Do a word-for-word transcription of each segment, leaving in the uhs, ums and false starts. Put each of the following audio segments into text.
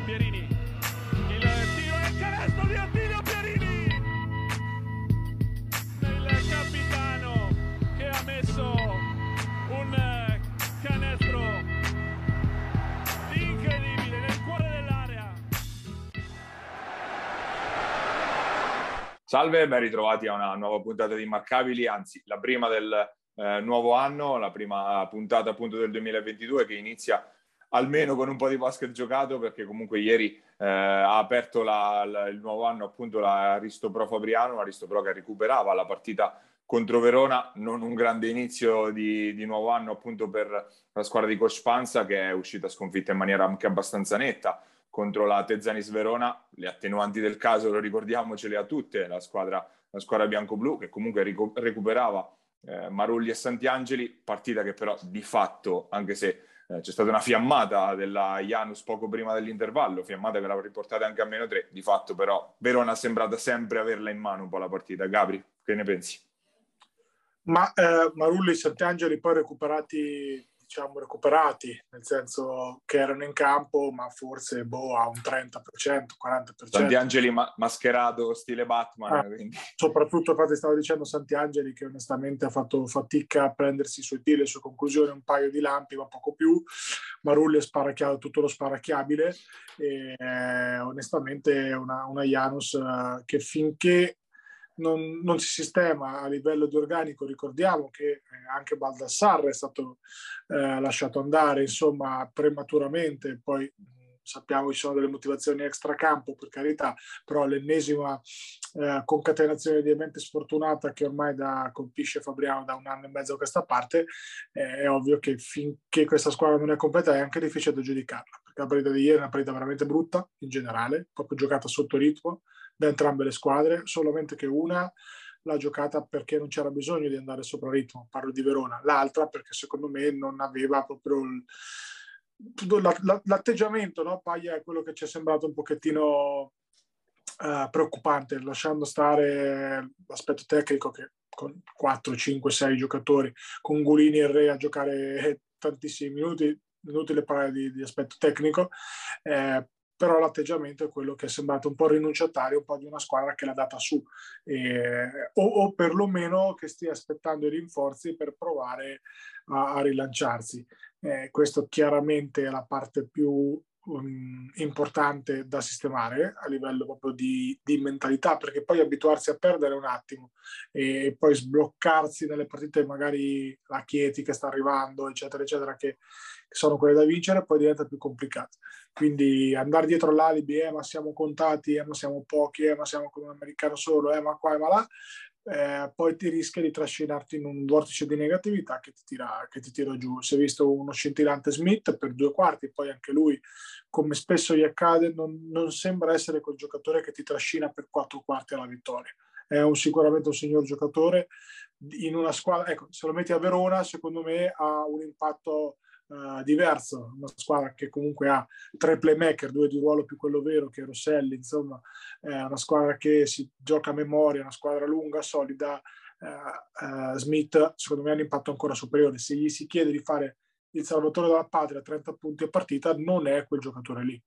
Pierini, il tiro e il canestro di Attilio Pierini, il capitano che ha messo un canestro incredibile nel cuore dell'area. Salve, ben ritrovati a una nuova puntata di Immarcabili, anzi la prima del eh, nuovo anno, la prima puntata appunto del duemilaventidue che inizia almeno con un po' di basket giocato, perché comunque ieri eh, ha aperto la, la, il nuovo anno appunto la Aristo Pro Fabriano, Aristo Pro che recuperava la partita contro Verona, non un grande inizio di, di nuovo anno appunto per la squadra di Coach Panza, che è uscita sconfitta in maniera anche abbastanza netta contro la Tezanis Verona. Le attenuanti del caso, lo ricordiamo, ce le ha tutte la squadra, la squadra bianco-blu, che comunque ricu- recuperava eh, Marulli e Santiangeli, partita che però di fatto, anche se eh, c'è stata una fiammata della Janus poco prima dell'intervallo, fiammata che l'ha riportata anche a meno tre, di fatto però Verona è sembrata sempre averla in mano un po' la partita. Gabri, che ne pensi? Ma eh, Marulli e Santiangeli poi recuperati, diciamo recuperati, nel senso che erano in campo, ma forse boh, a un trenta per cento, quaranta per cento. Santiangeli ma- mascherato stile Batman. Ah, quindi. Soprattutto, infatti stavo dicendo Santiangeli, che onestamente ha fatto fatica a prendersi i suoi tiri, le sue conclusioni, un paio di lampi, ma poco più. Marulli è sparacchiato tutto lo sparacchiabile e eh, onestamente è una, una Janus eh, che finché Non, non si sistema a livello di organico. Ricordiamo che eh, anche Baldassarre è stato eh, lasciato andare insomma prematuramente, poi mh, sappiamo che ci sono delle motivazioni extracampo, per carità, però l'ennesima eh, concatenazione di eventi sfortunata che ormai da, colpisce Fabriano da un anno e mezzo a questa parte, eh, è ovvio che finché questa squadra non è completa è anche difficile da giudicarla, perché la partita di ieri è una partita veramente brutta in generale, proprio giocata sotto ritmo da entrambe le squadre, solamente che una l'ha giocata perché non c'era bisogno di andare sopra ritmo, parlo di Verona, l'altra perché secondo me non aveva proprio il, l'atteggiamento, no? Paglia è quello che ci è sembrato un pochettino uh, preoccupante, lasciando stare l'aspetto tecnico, che con quattro, cinque, sei giocatori, con Gulini e Re a giocare tantissimi minuti, inutile parlare di, di aspetto tecnico, eh, però l'atteggiamento è quello che è sembrato un po' rinunciatario, un po' di una squadra che l'ha data su, eh, o, o perlomeno che stia aspettando i rinforzi per provare a, a rilanciarsi. Eh, questo chiaramente è la parte più um, importante da sistemare a livello proprio di, di mentalità, perché poi abituarsi a perdere un attimo e poi sbloccarsi nelle partite, magari la Chieti che sta arrivando, eccetera, eccetera, che che sono quelle da vincere, poi diventa più complicato. Quindi andare dietro l'alibi, eh, ma siamo contati, eh, ma siamo pochi, eh, ma siamo come un americano solo, eh, ma qua e ma là, eh, poi ti rischia di trascinarti in un vortice di negatività che ti tira, che ti tira giù. Si è visto uno scintillante Smith per due quarti, poi anche lui, come spesso gli accade, non, non sembra essere quel giocatore che ti trascina per quattro quarti alla vittoria. È un, sicuramente un signor giocatore in una squadra, ecco, se lo metti a Verona, secondo me ha un impatto Uh, diverso, una squadra che comunque ha tre playmaker, due di ruolo più quello vero che Rosselli, insomma è una squadra che si gioca a memoria, una squadra lunga, solida. uh, uh, Smith secondo me ha un impatto ancora superiore, se gli si chiede di fare il salvatore della patria a trenta punti a partita non è quel giocatore lì.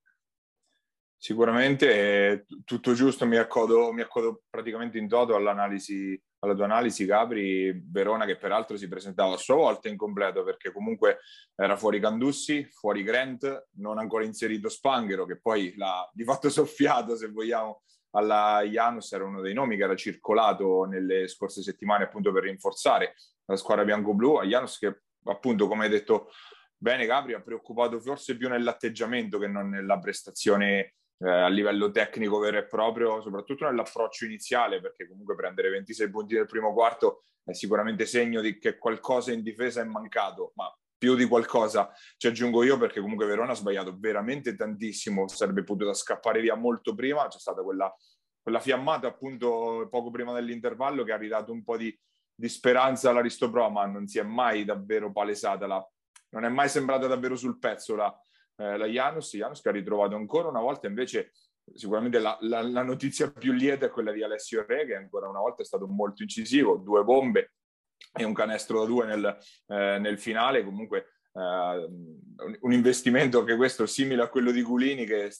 Sicuramente è tutto giusto, mi accodo, mi accodo praticamente in toto all'analisi, alla tua analisi, Gabri. Verona che peraltro si presentava a sua volta incompleto, perché comunque era fuori Candussi, fuori Grant, non ancora inserito Spanghero, che poi l'ha di fatto soffiato, se vogliamo, alla Janus. Era uno dei nomi che era circolato nelle scorse settimane appunto per rinforzare la squadra bianco-blu. A Janus che appunto, come hai detto bene Gabri, ha preoccupato forse più nell'atteggiamento che non nella prestazione Eh, a livello tecnico vero e proprio, soprattutto nell'approccio iniziale, perché comunque prendere ventisei punti nel primo quarto è sicuramente segno di che qualcosa in difesa è mancato, ma più di qualcosa ci aggiungo io, perché comunque Verona ha sbagliato veramente tantissimo, sarebbe potuta scappare via molto prima. C'è stata quella, quella fiammata appunto poco prima dell'intervallo che ha ridato un po' di, di speranza all'Aristo Pro, ma non si è mai davvero palesata, la, non è mai sembrata davvero sul pezzo la Eh, la Janus, Janus che ha ritrovato ancora una volta. Invece sicuramente la, la, la notizia più lieta è quella di Alessio Re, che ancora una volta è stato molto incisivo, due bombe e un canestro da due nel, eh, nel finale. Comunque eh, un investimento che questo simile a quello di Gulini, che sta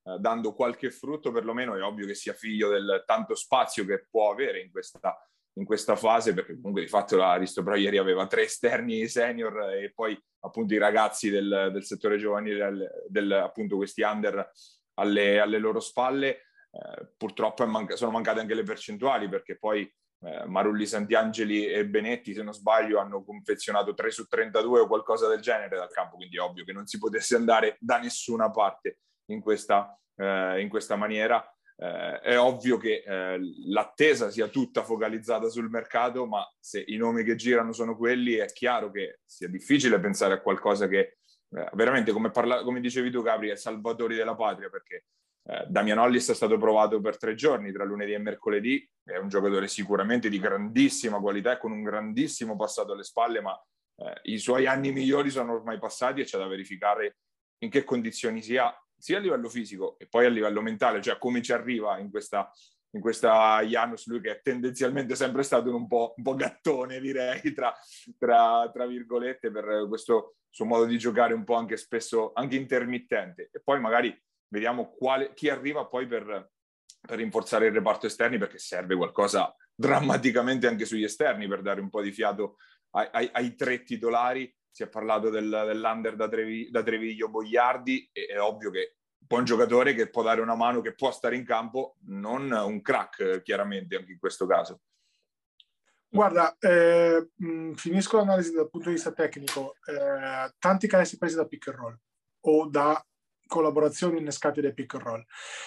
eh, dando qualche frutto perlomeno. È ovvio che sia figlio del tanto spazio che può avere in questa, in questa fase, perché comunque di fatto l'Aristopro ieri aveva tre esterni senior e poi appunto i ragazzi del, del settore giovanile, del, del, appunto questi under alle, alle loro spalle. Eh, purtroppo è manca- sono mancate anche le percentuali, perché poi eh, Marulli, Santiangeli e Benetti, se non sbaglio, hanno confezionato tre su trentadue o qualcosa del genere dal campo, quindi è ovvio che non si potesse andare da nessuna parte in questa, eh, in questa maniera. Eh, è ovvio che eh, l'attesa sia tutta focalizzata sul mercato, ma se i nomi che girano sono quelli, è chiaro che sia difficile pensare a qualcosa che eh, veramente, come, parla- come dicevi tu, Capri, è salvatori della patria, perché eh, Damian Hollis è stato provato per tre giorni, tra lunedì e mercoledì, è un giocatore sicuramente di grandissima qualità e con un grandissimo passato alle spalle, ma eh, i suoi anni migliori sono ormai passati e c'è da verificare in che condizioni sia, sia a livello fisico e poi a livello mentale, cioè come ci arriva in questa, in questa Janus, lui che è tendenzialmente sempre stato un po', un po' gattone, direi, tra, tra, tra virgolette, per questo suo modo di giocare un po' anche spesso anche intermittente. E poi magari vediamo quale, chi arriva poi per, per rinforzare il reparto esterni, perché serve qualcosa drammaticamente anche sugli esterni per dare un po' di fiato ai, ai, ai tre titolari. Si è parlato del, dell'under da, Trevi, da Treviglio Bogliardi, e è ovvio che un buon giocatore che può dare una mano, che può stare in campo, non un crack chiaramente anche in questo caso. Guarda, eh, mh, finisco l'analisi dal punto di vista tecnico. Eh, tanti canestri presi da pick and roll o da collaborazioni innescate dai pick and roll,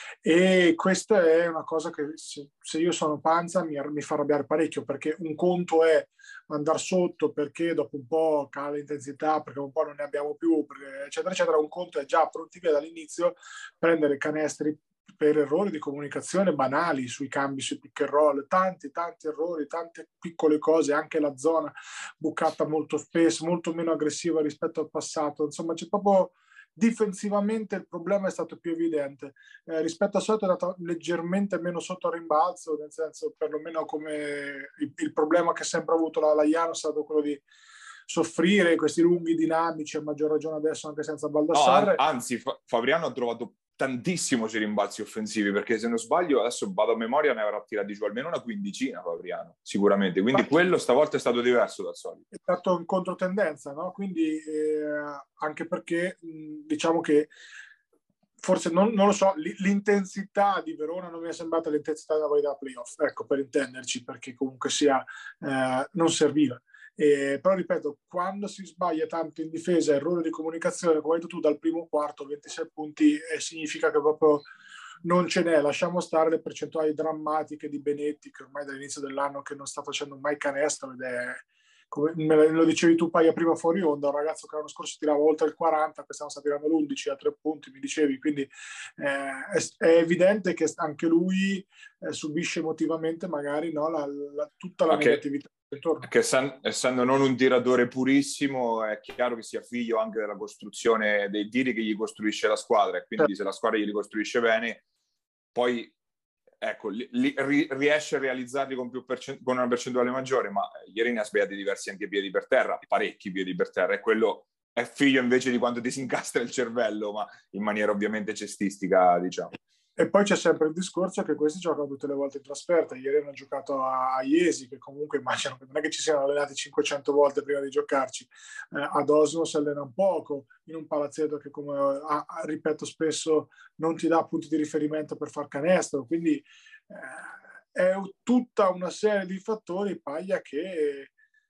e questa è una cosa che se, se io sono Panza mi, mi fa arrabbiare parecchio, perché un conto è andare sotto perché dopo un po' cala l'intensità, perché un po' non ne abbiamo più, perché, eccetera eccetera. Un conto è già pronti via dall'inizio prendere canestri per errori di comunicazione banali sui cambi, sui pick and roll, tanti tanti errori, tante piccole cose, anche la zona bucata molto spesso, molto meno aggressiva rispetto al passato. Insomma, c'è proprio difensivamente il problema è stato più evidente. Eh, rispetto al solito è andato leggermente meno sotto al rimbalzo, nel senso, perlomeno come il, il problema che ha sempre avuto la, la Janus è stato quello di soffrire questi lunghi dinamici, a maggior ragione adesso anche senza Baldassarre. No, anzi, Fabriano ha trovato tantissimo sui rimbalzi offensivi, perché se non sbaglio, adesso vado a memoria, ne avrà tirati giù almeno una quindicina Fabriano, sicuramente, quindi ma quello stavolta è stato diverso dal solito. È stato in controtendenza, no? Quindi eh, anche perché mh, diciamo che forse, non, non lo so, l'intensità di Verona non mi è sembrata l'intensità della valida playoff, ecco, per intenderci, perché comunque sia eh, non serviva. Eh, però ripeto, quando si sbaglia tanto in difesa, errore di comunicazione, come hai detto tu, dal primo quarto ventisei punti, eh, significa che proprio non ce n'è. Lasciamo stare le percentuali drammatiche di Benetti, che ormai dall'inizio dell'anno che non sta facendo mai canestro, ed è, come me lo dicevi tu Paia prima fuori onda, un ragazzo che l'anno scorso tirava oltre il quaranta, quest'anno sta tirando l'undici a tre punti, mi dicevi, quindi eh, è, è evidente che anche lui eh, subisce emotivamente magari, no, la, la, tutta la okay. negatività intorno. Che essendo non un tiratore purissimo, è chiaro che sia figlio anche della costruzione dei tiri che gli costruisce la squadra, e quindi se la squadra gli costruisce bene, poi ecco, li, li, riesce a realizzarli con, più percent- con una percentuale maggiore. Ma ieri ne ha sbagliati diversi anche piedi per terra, parecchi piedi per terra, e quello è figlio invece di quanto ti si incastra il cervello, ma in maniera ovviamente cestistica, diciamo. E poi c'è sempre il discorso che questi giocano tutte le volte in trasferta. Ieri hanno giocato a Iesi, che comunque immagino che non è che ci siano allenati cinquecento volte prima di giocarci. Eh, ad Oslo si allenano poco, in un palazzetto che, come ah, ripeto spesso, non ti dà punti di riferimento per far canestro. Quindi eh, è tutta una serie di fattori, Paglia, che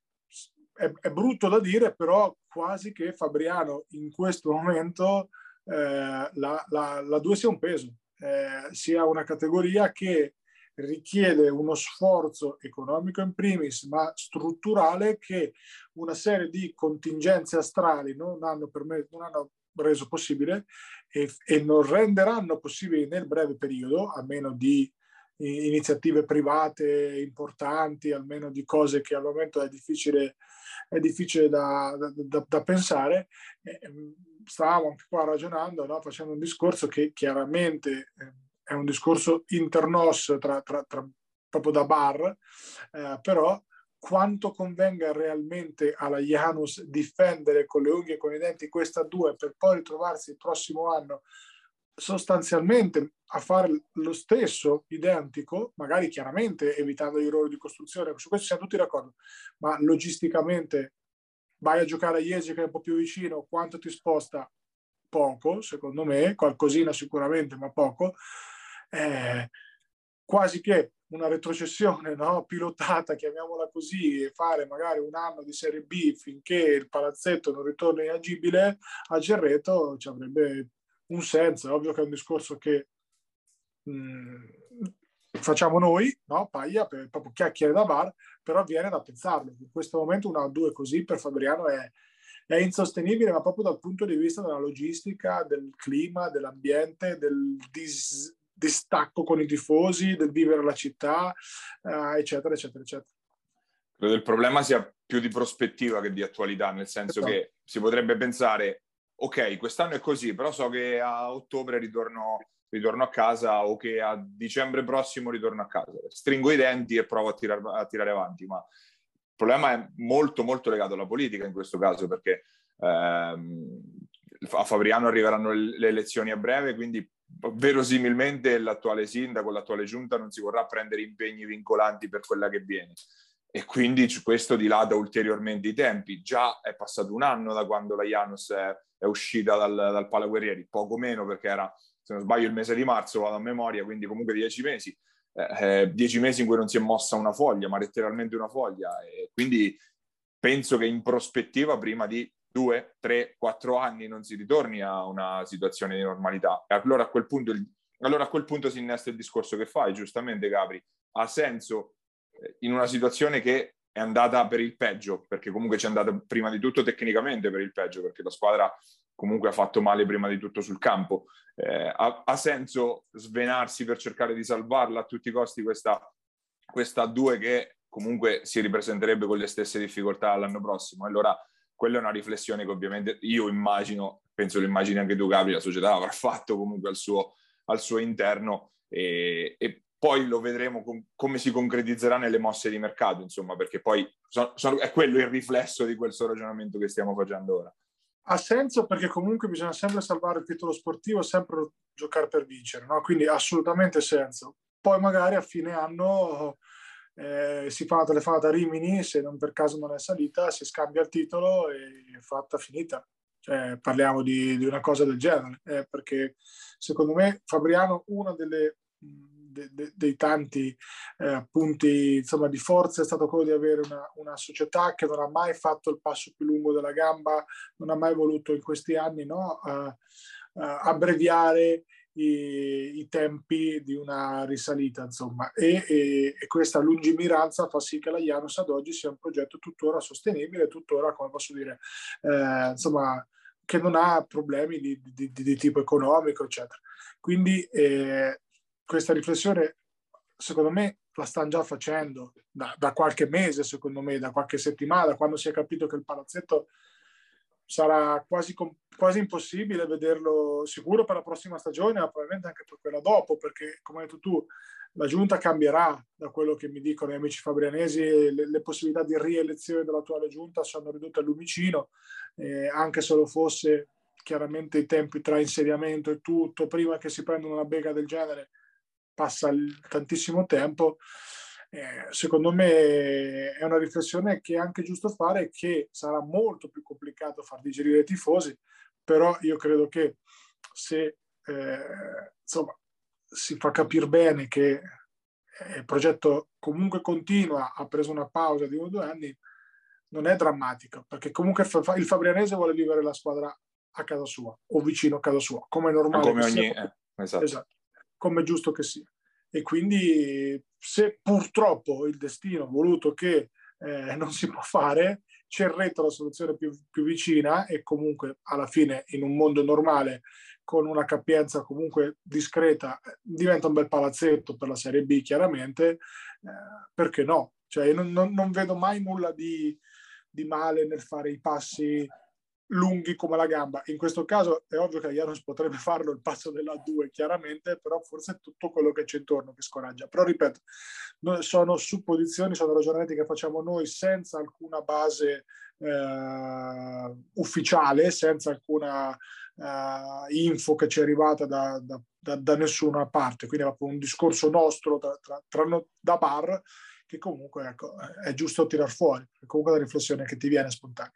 è, è brutto da dire, però quasi che Fabriano in questo momento eh, la, la, la due sia un peso. Eh, sia una categoria che richiede uno sforzo economico in primis, ma strutturale, che una serie di contingenze astrali non hanno, permesso, non hanno reso possibile e, e non renderanno possibili nel breve periodo, a meno di iniziative private importanti, almeno di cose che al momento è difficile, è difficile da, da, da pensare. Eh, stavamo anche qua ragionando, no? Facendo un discorso che chiaramente è un discorso internos tra, tra, tra, proprio da bar, eh, però quanto convenga realmente alla Janus difendere con le unghie e con i denti questa due per poi ritrovarsi il prossimo anno sostanzialmente a fare lo stesso, identico, magari chiaramente evitando gli errori di costruzione, su questo siamo tutti d'accordo, ma logisticamente vai a giocare a Iesi che è un po' più vicino, quanto ti sposta? Poco, secondo me, qualcosina sicuramente, ma poco. Eh, quasi che una retrocessione, no? Pilotata, chiamiamola così, e fare magari un anno di Serie B finché il palazzetto non ritorna inagibile a Cerreto ci avrebbe un senso. È ovvio che è un discorso che mh, facciamo noi, no? Paglia, per, proprio chiacchiere da bar, però viene da pensarlo. In questo momento una o due così per Fabriano è, è insostenibile, ma proprio dal punto di vista della logistica, del clima, dell'ambiente, del dis, distacco con i tifosi, del vivere la città, eh, eccetera, eccetera, eccetera. Credo il problema sia più di prospettiva che di attualità, nel senso esatto. che si potrebbe pensare, ok, quest'anno è così, però so che a ottobre ritorno, ritorno a casa o che a dicembre prossimo ritorno a casa. Stringo i denti e provo a, tirar, a tirare avanti, ma il problema è molto, molto legato alla politica in questo caso, perché ehm, a Fabriano arriveranno le elezioni a breve, quindi verosimilmente l'attuale sindaco, l'attuale giunta non si vorrà prendere impegni vincolanti per quella che viene. E quindi questo dilata ulteriormente i tempi. Già è passato un anno da quando la Janus è, è uscita dal, dal Palaguerrieri, poco meno perché era, se non sbaglio, il mese di marzo, vado a memoria, quindi comunque dieci mesi. Eh, dieci mesi in cui non si è mossa una foglia, ma letteralmente una foglia. E quindi penso che in prospettiva, prima di due, tre, quattro anni non si ritorni a una situazione di normalità. E allora a quel punto, il, allora a quel punto si innesta il discorso che fai, giustamente Gabri. Ha senso in una situazione che è andata per il peggio, perché comunque c'è andata prima di tutto tecnicamente per il peggio, perché la squadra comunque ha fatto male prima di tutto sul campo. Eh, ha, ha senso svenarsi per cercare di salvarla a tutti i costi questa, questa A due che comunque si ripresenterebbe con le stesse difficoltà l'anno prossimo? Allora quella è una riflessione che ovviamente io immagino, penso lo immagini anche tu Gabri, la società avrà fatto comunque al suo, al suo interno e, e poi lo vedremo com- come si concretizzerà nelle mosse di mercato, insomma, perché poi so- so- è quello il riflesso di quel suo ragionamento che stiamo facendo ora. Ha senso perché comunque bisogna sempre salvare il titolo sportivo, sempre giocare per vincere, no? Quindi assolutamente senso. Poi magari a fine anno eh, si fa una telefonata a Rimini, se non per caso non è salita, si scambia il titolo e è fatta, finita. Cioè, parliamo di, di una cosa del genere, eh, perché secondo me Fabriano una delle De, de, dei tanti eh, punti insomma, di forza è stato quello di avere una, una società che non ha mai fatto il passo più lungo della gamba, non ha mai voluto in questi anni no, uh, uh, abbreviare i, i tempi di una risalita insomma. E, e, e questa lungimiranza fa sì che la Janus ad oggi sia un progetto tuttora sostenibile, tuttora, come posso dire, eh, insomma, che non ha problemi di, di, di, di tipo economico eccetera. Quindi eh, questa riflessione secondo me la stanno già facendo da, da qualche mese, secondo me, da qualche settimana, da quando si è capito che il palazzetto sarà quasi, quasi impossibile vederlo sicuro per la prossima stagione, ma probabilmente anche per quella dopo, perché come hai detto tu, la giunta cambierà, da quello che mi dicono gli amici fabrianesi, le, le possibilità di rielezione dell'attuale giunta sono ridotte al lumicino, eh, anche se lo fosse chiaramente i tempi tra insediamento e tutto, prima che si prenda una bega del genere, passa il, tantissimo tempo. Eh, secondo me è una riflessione che è anche giusto fare, che sarà molto più complicato far digerire ai tifosi, però io credo che se eh, insomma, si fa capire bene che il progetto comunque continua, ha preso una pausa di uno o due anni, non è drammatico, perché comunque il fabrianese vuole vivere la squadra a casa sua o vicino a casa sua, come è normale come che ogni... sia, eh, esatto. esatto, come è giusto che sia. E quindi se purtroppo il destino ha voluto che eh, non si può fare, Cerreto è la soluzione più, più vicina, e comunque alla fine in un mondo normale con una capienza comunque discreta diventa un bel palazzetto per la Serie B chiaramente, eh, perché no? Cioè non, non, non vedo mai nulla di, di male nel fare i passi lunghi come la gamba. In questo caso è ovvio che Janus potrebbe farlo il passo della due chiaramente, però forse è tutto quello che c'è intorno che scoraggia. Però ripeto, sono supposizioni, sono ragionamenti che facciamo noi senza alcuna base eh, ufficiale, senza alcuna uh, info che ci è arrivata da, da, da, da nessuna parte, quindi è proprio un discorso nostro tra, tra, tra, da bar, che comunque ecco, è giusto tirar fuori, è comunque una riflessione che ti viene spontanea.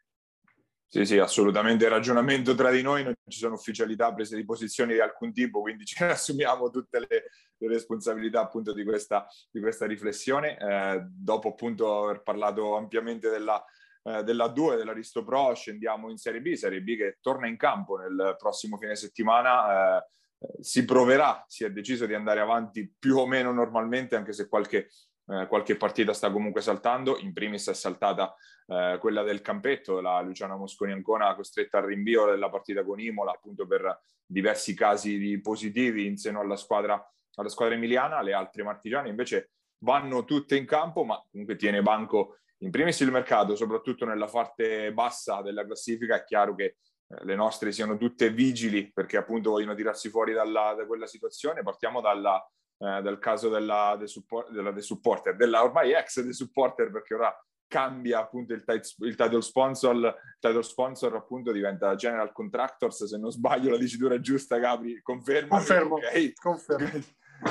Sì, sì, assolutamente ragionamento tra di noi, non ci sono ufficialità, prese di posizione di alcun tipo, quindi ci assumiamo tutte le, le responsabilità appunto di questa, di questa riflessione. Eh, dopo appunto aver parlato ampiamente della, eh, della due, dell'Aristo Pro, scendiamo in Serie B, Serie B che torna in campo nel prossimo fine settimana. Eh, si proverà, si è deciso di andare avanti più o meno normalmente, anche se qualche Eh, qualche partita sta comunque saltando. In primis è saltata eh, quella del Campetto, la Luciana Mosconi Ancona costretta al rinvio della partita con Imola appunto per diversi casi di positivi in seno alla squadra, alla squadra emiliana. Le altre martigiane invece vanno tutte in campo, ma comunque tiene banco in primis il mercato, soprattutto nella parte bassa della classifica. È chiaro che eh, le nostre siano tutte vigili perché appunto vogliono tirarsi fuori dalla, da quella situazione. Partiamo dalla Eh, del caso della, de support, della de supporter, della ormai ex de supporter, perché ora cambia appunto il, il title sponsor, il title sponsor appunto diventa General Contractors, se non sbaglio la dicitura è giusta, Gabri, conferma? Confermo, ok, confermo.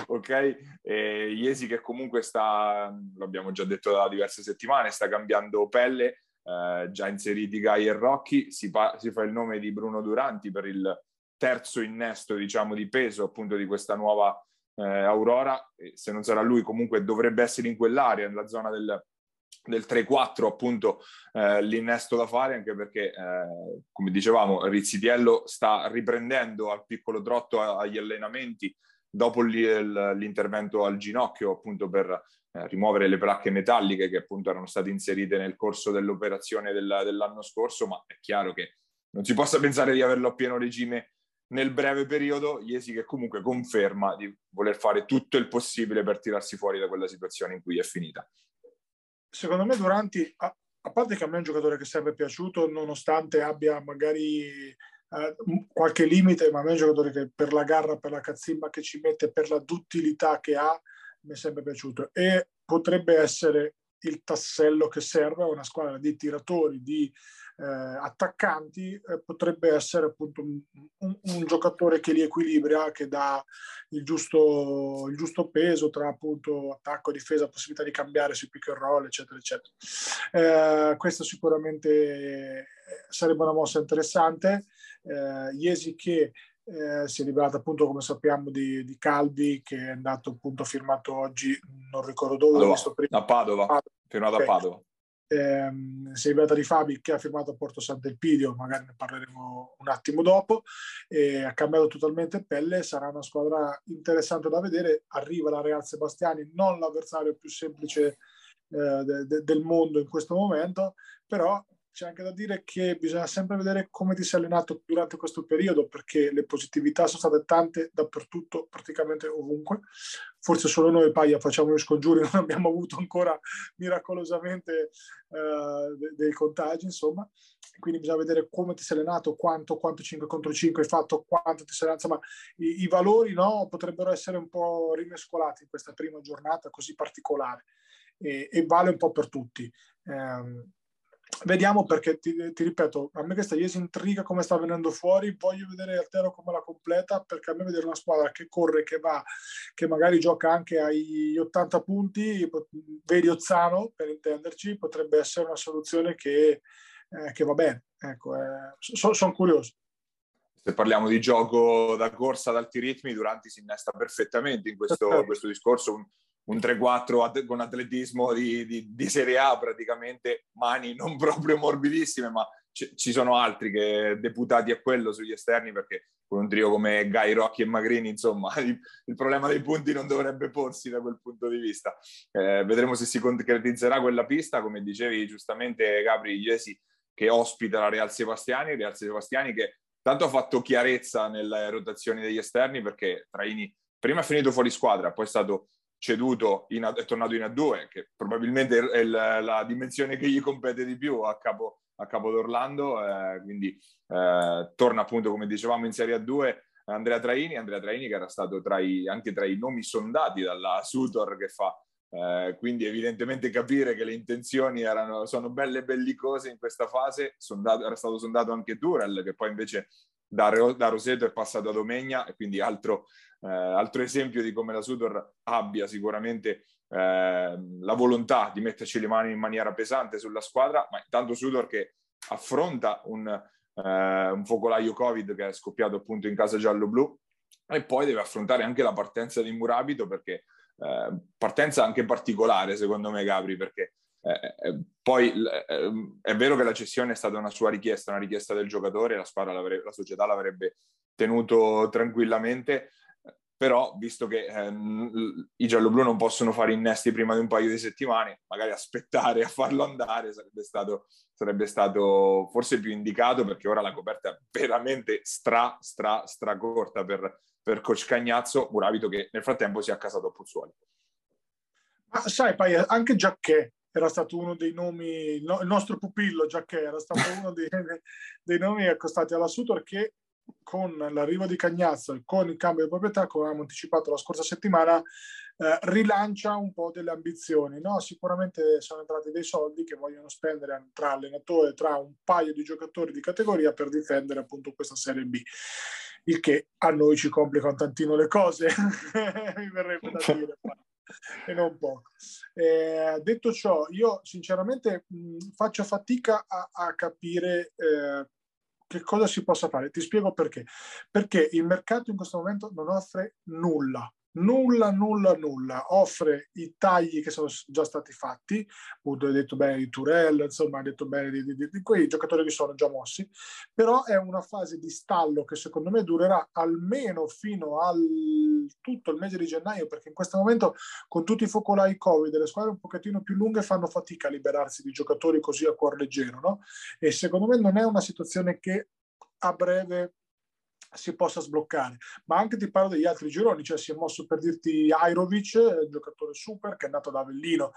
ok, e Iesi che comunque sta, l'abbiamo già detto da diverse settimane, sta cambiando pelle, eh, già inseriti Guy e Rocky, si, si fa il nome di Bruno Duranti per il terzo innesto diciamo di peso appunto di questa nuova Eh, Aurora. E se non sarà lui comunque dovrebbe essere in quell'area, nella zona del, del tre quattro appunto eh, l'innesto da fare, anche perché eh, come dicevamo Rizzitiello sta riprendendo al piccolo trotto agli allenamenti dopo l'intervento al ginocchio appunto per eh, rimuovere le placche metalliche che appunto erano state inserite nel corso dell'operazione del, dell'anno scorso, ma è chiaro che non si possa pensare di averlo a pieno regime nel breve periodo. Iesi che comunque conferma di voler fare tutto il possibile per tirarsi fuori da quella situazione in cui è finita. Secondo me Duranti, a, a parte che a me è un giocatore che è sempre piaciuto, nonostante abbia magari eh, qualche limite, ma a me è un giocatore che per la garra, per la cazzimma che ci mette, per la duttilità che ha, mi è sempre piaciuto e potrebbe essere il tassello che serve a una squadra di tiratori, di eh, attaccanti, eh, potrebbe essere appunto un, un, un giocatore che li equilibra, che dà il giusto, il giusto peso tra appunto attacco, difesa, possibilità di cambiare sui pick and roll, eccetera, eccetera. Eh, questa sicuramente sarebbe una mossa interessante. Eh, Iesi che Eh, si è liberato appunto come sappiamo di, di Calvi, che è andato appunto firmato oggi, non ricordo dove, Padova, visto prima. a Padova, Padova. firmato okay. a Padova. Eh, si è liberata di Fabi, che ha firmato a Porto Sant'Elpidio, magari ne parleremo un attimo dopo, e ha cambiato totalmente pelle. Sarà una squadra interessante da vedere. Arriva la Real Sebastiani, non l'avversario più semplice eh, de, de, del mondo in questo momento, però c'è anche da dire che bisogna sempre vedere come ti sei allenato durante questo periodo, perché le positività sono state tante dappertutto, praticamente ovunque. Forse solo noi Paglia facciamo gli scongiuri, non abbiamo avuto ancora miracolosamente eh, dei contagi, insomma. Quindi bisogna vedere come ti sei allenato, quanto, quanto cinque contro cinque hai fatto, quanto ti sei allenato. Insomma, i, i valori no, potrebbero essere un po' rimescolati in questa prima giornata così particolare e, e vale un po' per tutti. Eh, Vediamo, perché ti, ti ripeto, a me questa Iesi intriga come sta venendo fuori. Voglio vedere Altero come la completa, perché a me vedere una squadra che corre, che va, che magari gioca anche ai ottanta punti, vedi Ozzano per intenderci, potrebbe essere una soluzione che, eh, che va bene. Ecco, eh, so, sono curioso. Se parliamo di gioco da corsa ad alti ritmi, Duranti si innesta perfettamente in questo, questo discorso. Un, un tre quattro at- con atletismo di, di, di Serie A praticamente, mani non proprio morbidissime, ma c- ci sono altri che deputati a quello sugli esterni, perché con un trio come Gai, Rocchi e Magrini, insomma, il, il problema dei punti non dovrebbe porsi da quel punto di vista. Eh, vedremo se si concretizzerà quella pista, come dicevi giustamente Gabri, Iesi che ospita la Real Sebastiani, Real Sebastiani che tanto ha fatto chiarezza nelle rotazioni degli esterni, perché Traini prima è finito fuori squadra, poi è stato ceduto, in, è tornato in A due, che probabilmente è la, la dimensione che gli compete di più a capo, a capo d'Orlando, eh, quindi eh, torna appunto, come dicevamo, in Serie A due Andrea Traini, Andrea Traini che era stato tra i, anche tra i nomi sondati dalla Sutor che fa, eh, quindi evidentemente capire che le intenzioni erano, sono belle bellicose in questa fase. Sondato, era stato sondato anche Turel, che poi invece da, da Roseto è passato a Domegna, e quindi altro, eh, altro esempio di come la Sudor abbia sicuramente eh, la volontà di metterci le mani in maniera pesante sulla squadra, ma intanto Sudor che affronta un, eh, un focolaio Covid che è scoppiato appunto in casa giallo-blu, e poi deve affrontare anche la partenza di Murabito, perché eh, partenza anche particolare secondo me, Gabri, perché Eh, poi eh, è vero che la cessione è stata una sua richiesta, una richiesta del giocatore, la squadra, la società l'avrebbe tenuto tranquillamente, però visto che ehm, i gialloblu non possono fare innesti prima di un paio di settimane, magari aspettare a farlo andare sarebbe stato, sarebbe stato forse più indicato, perché ora la coperta è veramente stra, stra, stra corta per, per Coach Cagnazzo. Murabito che nel frattempo si è accasato a Pozzuoli. Ma sai, poi anche Giacché era stato uno dei nomi, no, il nostro pupillo Giacché era stato uno dei, dei nomi accostati alla Sutor, che con l'arrivo di Cagnazzo e con il cambio di proprietà, come avevamo anticipato la scorsa settimana, eh, rilancia un po' delle ambizioni, no? Sicuramente sono entrati dei soldi che vogliono spendere tra allenatori, tra un paio di giocatori di categoria per difendere appunto questa Serie B, il che a noi ci complica un tantino le cose, mi verrebbe da dire. E non poco. Eh, detto ciò, io sinceramente mh, faccio fatica a, a capire eh, che cosa si possa fare. Ti spiego perché. Perché il mercato in questo momento non offre nulla. Nulla, nulla, nulla. Offre i tagli che sono già stati fatti. Udo ha detto bene di Turel, insomma, ha detto bene di, di, di quei giocatori che sono già mossi. Però è una fase di stallo che secondo me durerà almeno fino al tutto il mese di gennaio, perché in questo momento con tutti i focolai Covid le squadre un pochettino più lunghe fanno fatica a liberarsi di giocatori così a cuor leggero, no? E secondo me non è una situazione che a breve si possa sbloccare. Ma anche ti parlo degli altri gironi, cioè si è mosso, per dirti, Ajrovic, giocatore super che è andato da Avellino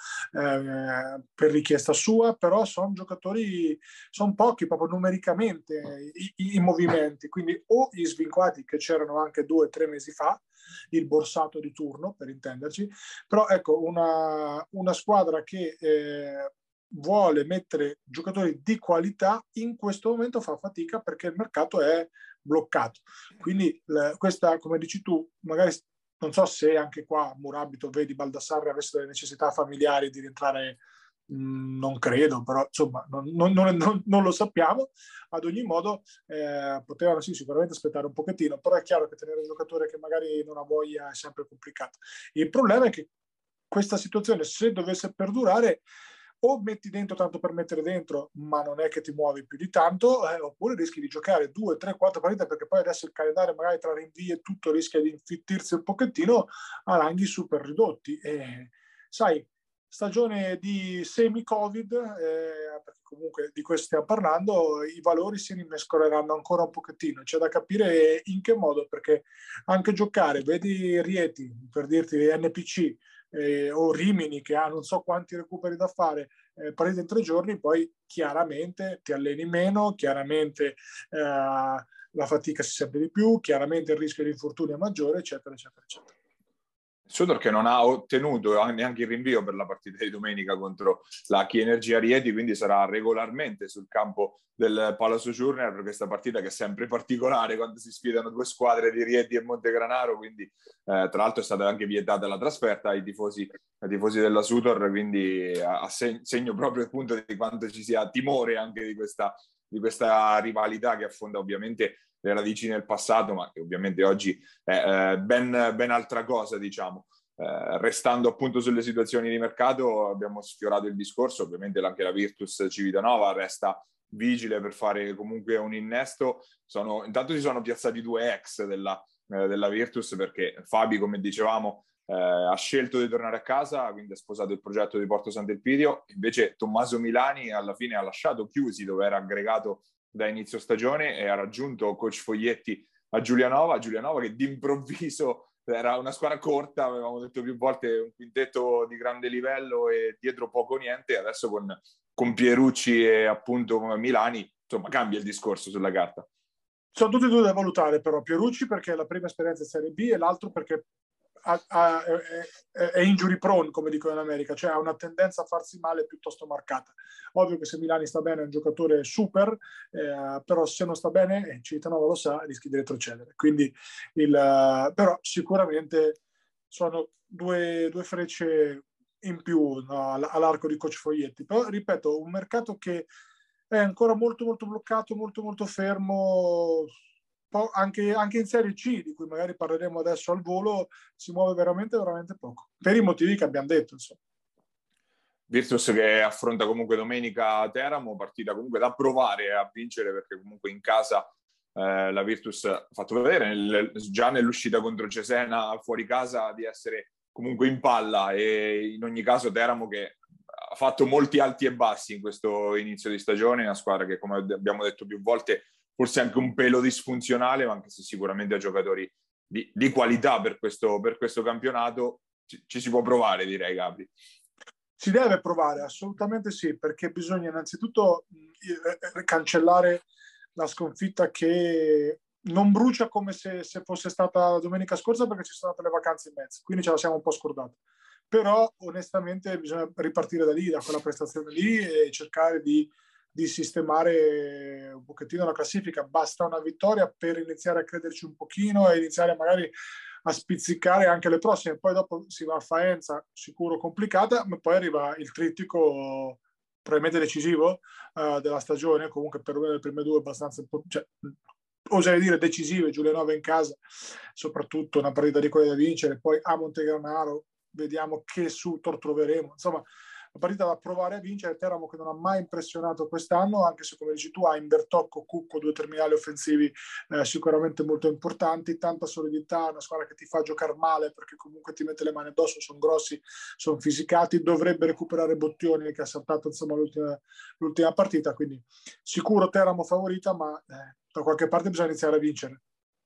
eh, per richiesta sua, però sono giocatori, sono pochi proprio numericamente i, i movimenti, quindi o gli svincolati che c'erano anche due o tre mesi fa, il borsato di turno per intenderci, però ecco una, una squadra che eh, vuole mettere giocatori di qualità in questo momento fa fatica perché il mercato è bloccato. Quindi la, questa, come dici tu, magari non so se anche qua Murabito, vedi, Baldassarre avesse delle necessità familiari di rientrare, mh, non credo, però insomma non, non, non, non lo sappiamo. Ad ogni modo eh, potevano sì sicuramente aspettare un pochettino, però è chiaro che tenere un giocatore che magari non ha voglia è sempre complicato. Il problema è che questa situazione, se dovesse perdurare, o metti dentro tanto per mettere dentro, ma non è che ti muovi più di tanto, eh, oppure rischi di giocare due, tre, quattro partite, perché poi adesso il calendario magari tra rinvii e tutto rischia di infittirsi un pochettino a ranghi super ridotti. E, sai, stagione di semi-Covid, eh, perché comunque di questo stiamo parlando, i valori si rimescoleranno ancora un pochettino. C'è da capire in che modo, perché anche giocare, vedi Rieti, per dirti N P C, Eh, o Rimini che ha non so quanti recuperi da fare, eh, partite in tre giorni, poi chiaramente ti alleni meno, chiaramente eh, la fatica si sente di più, chiaramente il rischio di infortunio è maggiore, eccetera, eccetera, eccetera. Sudor che non ha ottenuto neanche il rinvio per la partita di domenica contro la Chi Energia Rieti, quindi sarà regolarmente sul campo del Palazzo Ciurner per questa partita che è sempre particolare quando si sfidano due squadre di Rieti e Montegranaro, quindi eh, tra l'altro è stata anche vietata la trasferta ai tifosi, ai tifosi della Sudor, quindi a, a segno proprio appunto di quanto ci sia timore anche di questa, di questa rivalità che affonda ovviamente le radici nel passato, ma che ovviamente oggi è eh, ben, ben altra cosa, diciamo. Eh, restando appunto sulle situazioni di mercato, abbiamo sfiorato il discorso, ovviamente anche la Virtus Civitanova resta vigile per fare comunque un innesto. Sono, intanto si sono piazzati due ex della, eh, della Virtus, perché Fabi, come dicevamo, eh, ha scelto di tornare a casa, quindi ha sposato il progetto di Porto Sant'Elpidio. Invece Tommaso Milani alla fine ha lasciato Chiusi, dove era aggregato da inizio stagione, e ha raggiunto coach Foglietti a Giulianova, Giulianova che d'improvviso era una squadra corta, avevamo detto più volte un quintetto di grande livello e dietro poco niente, adesso con, con Pierucci e appunto Milani, insomma cambia il discorso sulla carta. Sono tutti e due da valutare però, Pierucci perché è la prima esperienza in Serie B e l'altro perché ha, ha, è, è injury prone, come dicono in America, cioè ha una tendenza a farsi male piuttosto marcata. Ovvio che se Milani sta bene è un giocatore super, eh, però se non sta bene, e Civitanova lo sa, rischi di retrocedere. Quindi il, però sicuramente sono due, due frecce in più, no, all'arco di Coach Foglietti. Però ripeto, un mercato che è ancora molto molto bloccato, molto molto fermo. Anche, anche in Serie C, di cui magari parleremo adesso al volo, si muove veramente veramente poco, per i motivi che abbiamo detto, insomma. Virtus che affronta comunque domenica Teramo, partita comunque da provare a vincere, perché comunque in casa eh, la Virtus ha fatto vedere nel, già nell'uscita contro Cesena fuori casa di essere comunque in palla, e in ogni caso Teramo che ha fatto molti alti e bassi in questo inizio di stagione, una squadra che, come abbiamo detto più volte, forse anche un pelo disfunzionale, ma anche se sicuramente ha giocatori di, di qualità per questo, per questo campionato. Ci, ci si può provare, direi, Gabri. Si deve provare, assolutamente sì, perché bisogna innanzitutto cancellare la sconfitta che non brucia come se, se fosse stata domenica scorsa, perché ci sono state le vacanze in mezzo, quindi ce la siamo un po' scordati. Però onestamente bisogna ripartire da lì, da quella prestazione lì, e cercare di, di sistemare un pochettino la classifica. Basta una vittoria per iniziare a crederci un pochino e iniziare magari a spizzicare anche le prossime. Poi dopo si va a Faenza, sicuro complicata, ma poi arriva il trittico probabilmente decisivo uh, della stagione, comunque per le prime due abbastanza, cioè, oserei dire decisive. Giulianova in casa, soprattutto una partita di quelle da vincere, poi a Montegranaro vediamo che Sutor troveremo, insomma una partita da provare a vincere. Teramo che non ha mai impressionato quest'anno, anche se, come dici tu, ha in Bertocco, Cucco, due terminali offensivi eh, sicuramente molto importanti, tanta solidità, una squadra che ti fa giocare male perché comunque ti mette le mani addosso, sono grossi, sono fisicati. Dovrebbe recuperare Bottioni, che ha saltato insomma l'ultima, l'ultima partita, quindi sicuro Teramo favorita, ma eh, da qualche parte bisogna iniziare a vincere.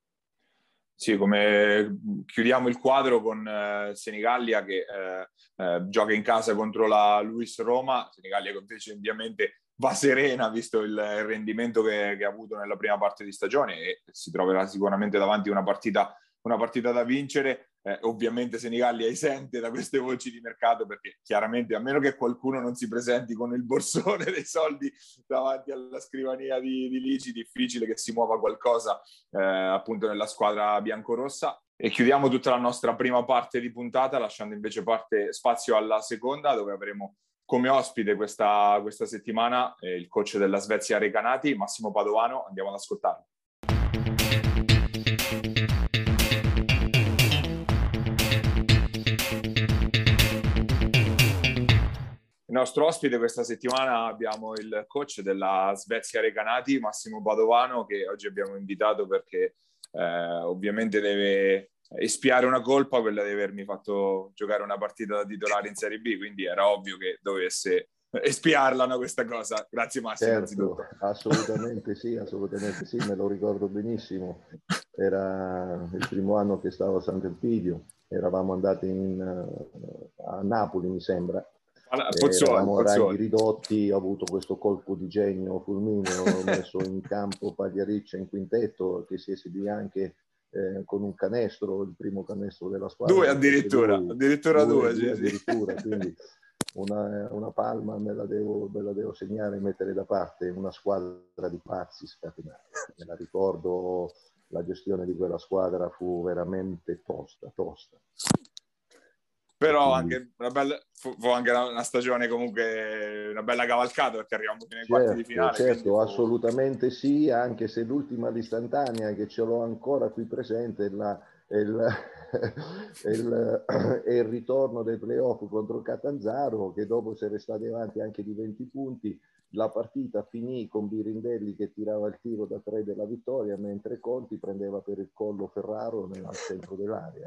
Sì, come chiudiamo il quadro con eh, Senigallia che eh, eh, gioca in casa contro la Luis Roma. Senigallia che invece ovviamente va serena visto il rendimento che, che ha avuto nella prima parte di stagione, e si troverà sicuramente davanti una partita, una partita da vincere. Eh, ovviamente Senigallia è esente da queste voci di mercato, perché chiaramente, a meno che qualcuno non si presenti con il borsone dei soldi davanti alla scrivania di, di Lici, difficile che si muova qualcosa eh, appunto nella squadra biancorossa. E chiudiamo tutta la nostra prima parte di puntata, lasciando invece parte, spazio alla seconda, dove avremo come ospite questa, questa settimana eh, il coach della Svezia Recanati, Massimo Padovano. Andiamo ad ascoltarlo. Il nostro ospite questa settimana abbiamo il coach della Svezia Recanati, Massimo Padovano, che oggi abbiamo invitato perché eh, ovviamente deve espiare una colpa, quella di avermi fatto giocare una partita da titolare in Serie B, quindi era ovvio che dovesse espiarla, no, questa cosa. Grazie Massimo, certo, innanzitutto. Assolutamente sì, assolutamente sì, me lo ricordo benissimo. Era il primo anno che stavo a Sant'Elpidio, eravamo andati in, a Napoli, mi sembra. Pozzuoli, eravamo Pozzuoli. ranghi ridotti, ho avuto questo colpo di genio fulmineo, ho messo in campo Pagliariccia in quintetto, che si esibì anche eh, con un canestro, il primo canestro della squadra. Due addirittura, lui, addirittura due, due, sì, due sì. addirittura, quindi una, una palma me la, devo, me la devo segnare e mettere da parte. Una squadra di pazzi scatenati, me la ricordo. La gestione di quella squadra fu veramente tosta, tosta. Però quindi, anche una bella, fu, fu anche una, una stagione comunque una bella cavalcata, perché arriviamo fino ai certo, quarti di finale. Certo, fu... assolutamente sì, anche se l'ultima istantanea che ce l'ho ancora qui presente è, la, è, il, è, il, è il ritorno dei playoff contro Catanzaro, che dopo essere stati avanti anche di venti punti, la partita finì con Birindelli che tirava il tiro da tre della vittoria, mentre Conti prendeva per il collo Ferraro nel centro dell'area.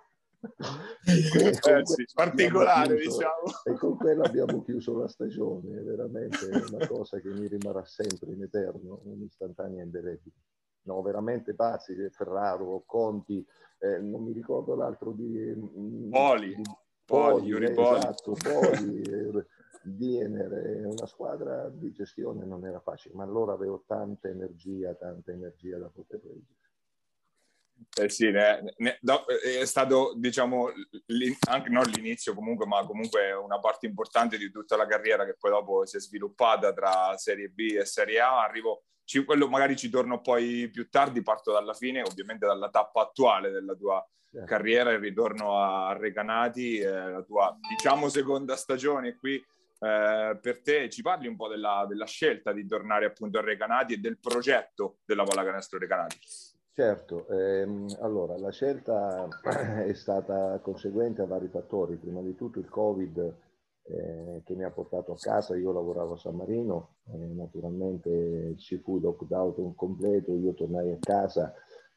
E que- eh sì, particolare, chiuso, diciamo. E con quello abbiamo chiuso la stagione. È veramente una cosa che mi rimarrà sempre in eterno, un'istantanea indelebile. No, veramente pazzi, Ferraro, Conti, eh, non mi ricordo l'altro di... Poli, di Poli, Poli, eh, Poli. esatto, Poli, eh, Diener, una squadra di gestione non era facile, ma allora avevo tanta energia, tanta energia da poter reggere. Eh sì, ne, ne, do, è stato, diciamo, anche non l'inizio comunque, ma comunque una parte importante di tutta la carriera che poi dopo si è sviluppata tra Serie B e Serie A. Arrivo, ci, quello magari ci torno poi più tardi, parto dalla fine, ovviamente dalla tappa attuale della tua yeah. carriera e ritorno a Recanati, eh, la tua, diciamo, seconda stagione qui. Eh, per te ci parli un po' della, della scelta di tornare appunto a Recanati e del progetto della Pallacanestro Recanati? Certo, ehm, allora la scelta è stata conseguente a vari fattori, prima di tutto il Covid eh, che mi ha portato a casa. Io lavoravo a San Marino, eh, naturalmente ci fu lockdown completo, io tornai a casa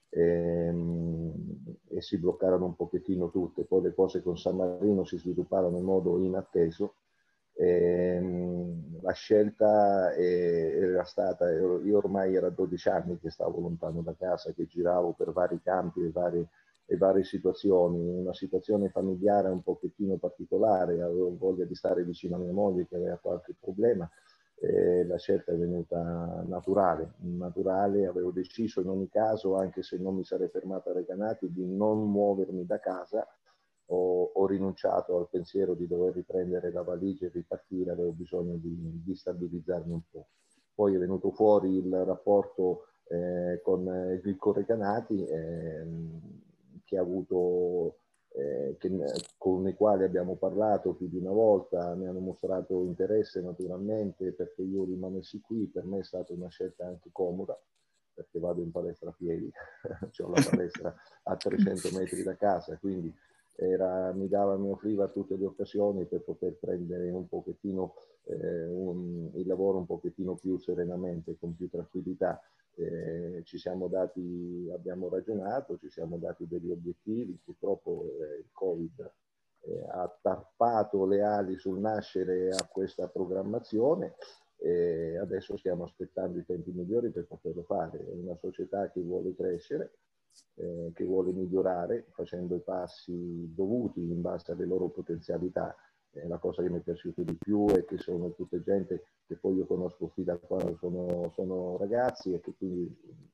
ehm, e si bloccarono un pochettino tutte, poi le cose con San Marino si svilupparono in modo inatteso. Ehm, la scelta era stata, io ormai era dodici anni che stavo lontano da casa, che giravo per vari campi e varie, e varie situazioni, una situazione familiare un pochettino particolare, avevo voglia di stare vicino a mia moglie che aveva qualche problema, e la scelta è venuta naturale, naturale, avevo deciso in ogni caso, anche se non mi sarei fermato a Recanati, di non muovermi da casa. Ho, ho rinunciato al pensiero di dover riprendere la valigia e ripartire, avevo bisogno di, di stabilizzarmi un po'. Poi è venuto fuori il rapporto eh, con il Recanati eh, che ha avuto, eh, che, con i quali abbiamo parlato più di una volta, mi hanno mostrato interesse naturalmente perché io rimanessi qui. Per me è stata una scelta anche comoda, perché vado in palestra a piedi, ho la palestra a trecento metri da casa, quindi Era, mi dava, mi offriva tutte le occasioni per poter prendere un pochettino eh, un, il lavoro un pochettino più serenamente, con più tranquillità. Eh, ci siamo dati, abbiamo ragionato, ci siamo dati degli obiettivi. Purtroppo eh, il Covid eh, ha tarpato le ali sul nascere a questa programmazione e adesso stiamo aspettando i tempi migliori per poterlo fare. È una società che vuole crescere, Eh, che vuole migliorare facendo i passi dovuti in base alle loro potenzialità. Eh, la cosa che mi è piaciuta di più è che sono tutte gente che poi io conosco qui da quando sono, sono ragazzi e che quindi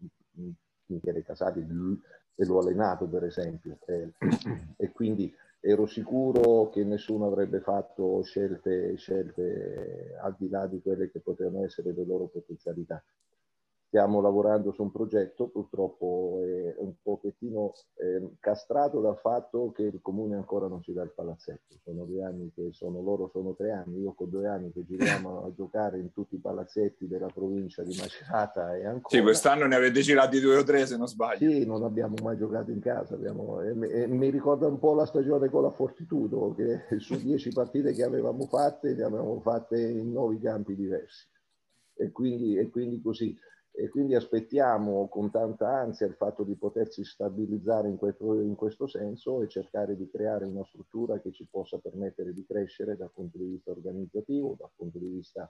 Michele Casati e l'ho allenato per esempio eh, e quindi ero sicuro che nessuno avrebbe fatto scelte, scelte al di là di quelle che potevano essere le loro potenzialità. Stiamo lavorando su un progetto, purtroppo è un pochettino eh, castrato dal fatto che il comune ancora non ci dà il palazzetto. Sono due anni che sono, loro sono tre anni, io con due anni che giriamo a giocare in tutti i palazzetti della provincia di Macerata e ancora. Sì, quest'anno ne avete girati due o tre se non sbaglio. Sì, non abbiamo mai giocato in casa. Abbiamo, e, e, mi ricorda un po' la stagione con la Fortitudo, che su dieci partite che avevamo fatte, ne avevamo fatte in nove campi diversi. E quindi, e quindi così. E quindi aspettiamo con tanta ansia il fatto di potersi stabilizzare in questo, in questo senso e cercare di creare una struttura che ci possa permettere di crescere dal punto di vista organizzativo, dal punto di vista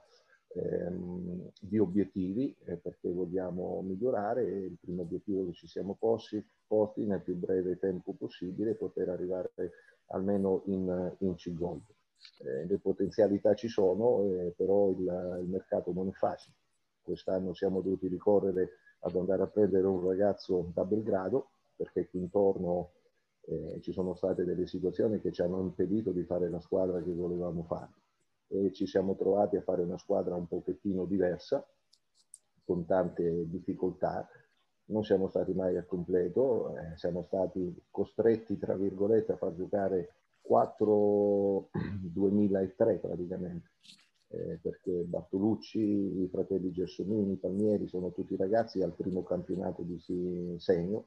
ehm, di obiettivi, eh, perché vogliamo migliorare e il primo obiettivo che ci siamo posti, posti nel più breve tempo possibile è poter arrivare almeno in, in C-Gold. Eh, le potenzialità ci sono, eh, però il, il mercato non è facile. Quest'anno siamo dovuti ricorrere ad andare a prendere un ragazzo da Belgrado perché qui intorno eh, ci sono state delle situazioni che ci hanno impedito di fare la squadra che volevamo fare e ci siamo trovati a fare una squadra un pochettino diversa con tante difficoltà. Non siamo stati mai al completo, eh, siamo stati costretti tra virgolette a far giocare quattro duemilatré praticamente. Eh, perché Bartolucci, i fratelli Gelsomini, Palmieri sono tutti ragazzi al primo campionato di segno,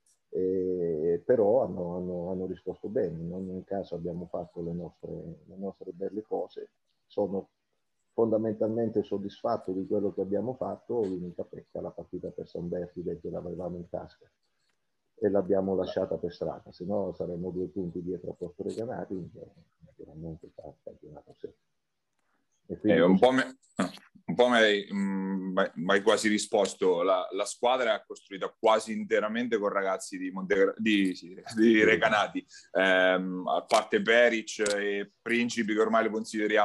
eh, però hanno, hanno, hanno risposto bene. In ogni caso abbiamo fatto le nostre, le nostre belle cose, sono fondamentalmente soddisfatto di quello che abbiamo fatto. L'unica pecca, la partita per San Bertile che l'avevamo in tasca e l'abbiamo lasciata per strada, se no saremmo due punti dietro a Porto Recanati, che naturalmente fa il campionato sempre. Eh, un po' me, un po' mi hai, mh, hai quasi risposto. La, la squadra è costruita quasi interamente con ragazzi di, Monte, di, sì, di Recanati, eh, a parte Peric e Principi che ormai lo consideriamo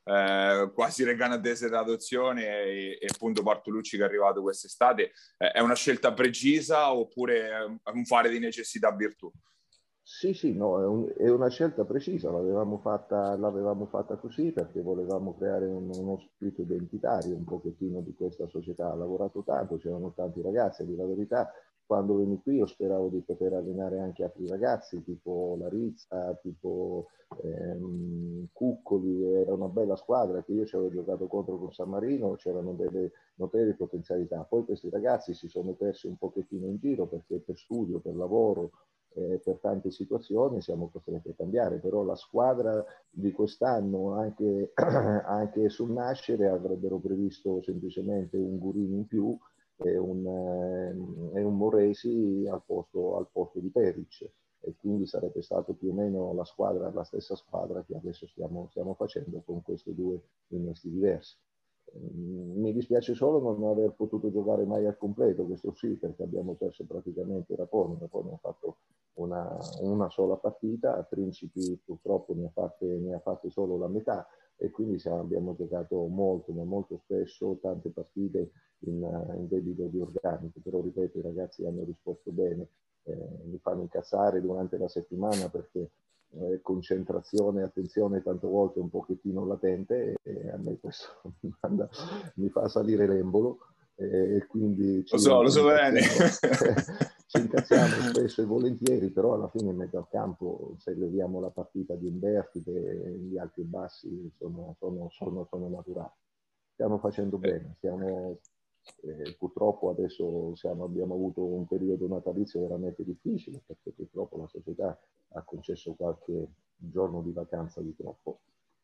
eh, quasi reganatese d'adozione, e, e appunto Bartolucci che è arrivato quest'estate. Eh, è una scelta precisa oppure è un fare di necessità virtù? Sì, sì, no, è, un, è una scelta precisa, l'avevamo fatta, l'avevamo fatta così perché volevamo creare un, uno spirito identitario un pochettino di questa società. Ha lavorato tanto, c'erano tanti ragazzi, a dire la verità, quando venni qui io speravo di poter allenare anche altri ragazzi, tipo Larizza, tipo ehm, Cuccoli, era una bella squadra che io ci avevo giocato contro con San Marino, c'erano delle notevoli potenzialità. Poi questi ragazzi si sono persi un pochettino in giro perché per studio, per lavoro, Eh, per tante situazioni siamo costretti a cambiare, però la squadra di quest'anno anche, anche sul nascere avrebbero previsto semplicemente un Gurini in più e un, eh, e un Moresi al posto, al posto di Peric, e quindi sarebbe stato più o meno la squadra, la stessa squadra che adesso stiamo, stiamo facendo con questi due innesti diversi. Mi dispiace solo non aver potuto giocare mai al completo, questo sì, perché abbiamo perso praticamente Rapone. Rapone ha fatto una, una sola partita, Principi purtroppo ne ha, fatte, ne ha fatte solo la metà, e quindi siamo, abbiamo giocato molto, ma molto spesso, tante partite in, in debito di organico. Però ripeto, i ragazzi hanno risposto bene, eh, mi fanno incazzare durante la settimana perché Eh, concentrazione e attenzione tante volte un pochettino latente, e a me questo mi, manda, mi fa salire l'embolo, e eh, quindi ci, Lo so, lo ci so bene. ci incazziamo spesso e volentieri, però alla fine in mezzo al campo, se leviamo la partita di invertite, gli alti e bassi sono, sono, sono, sono naturali. Stiamo facendo bene, stiamo, eh, purtroppo adesso siamo, abbiamo avuto un periodo natalizio veramente difficile, perché purtroppo la società ha concesso qualche giorno di vacanza di troppo,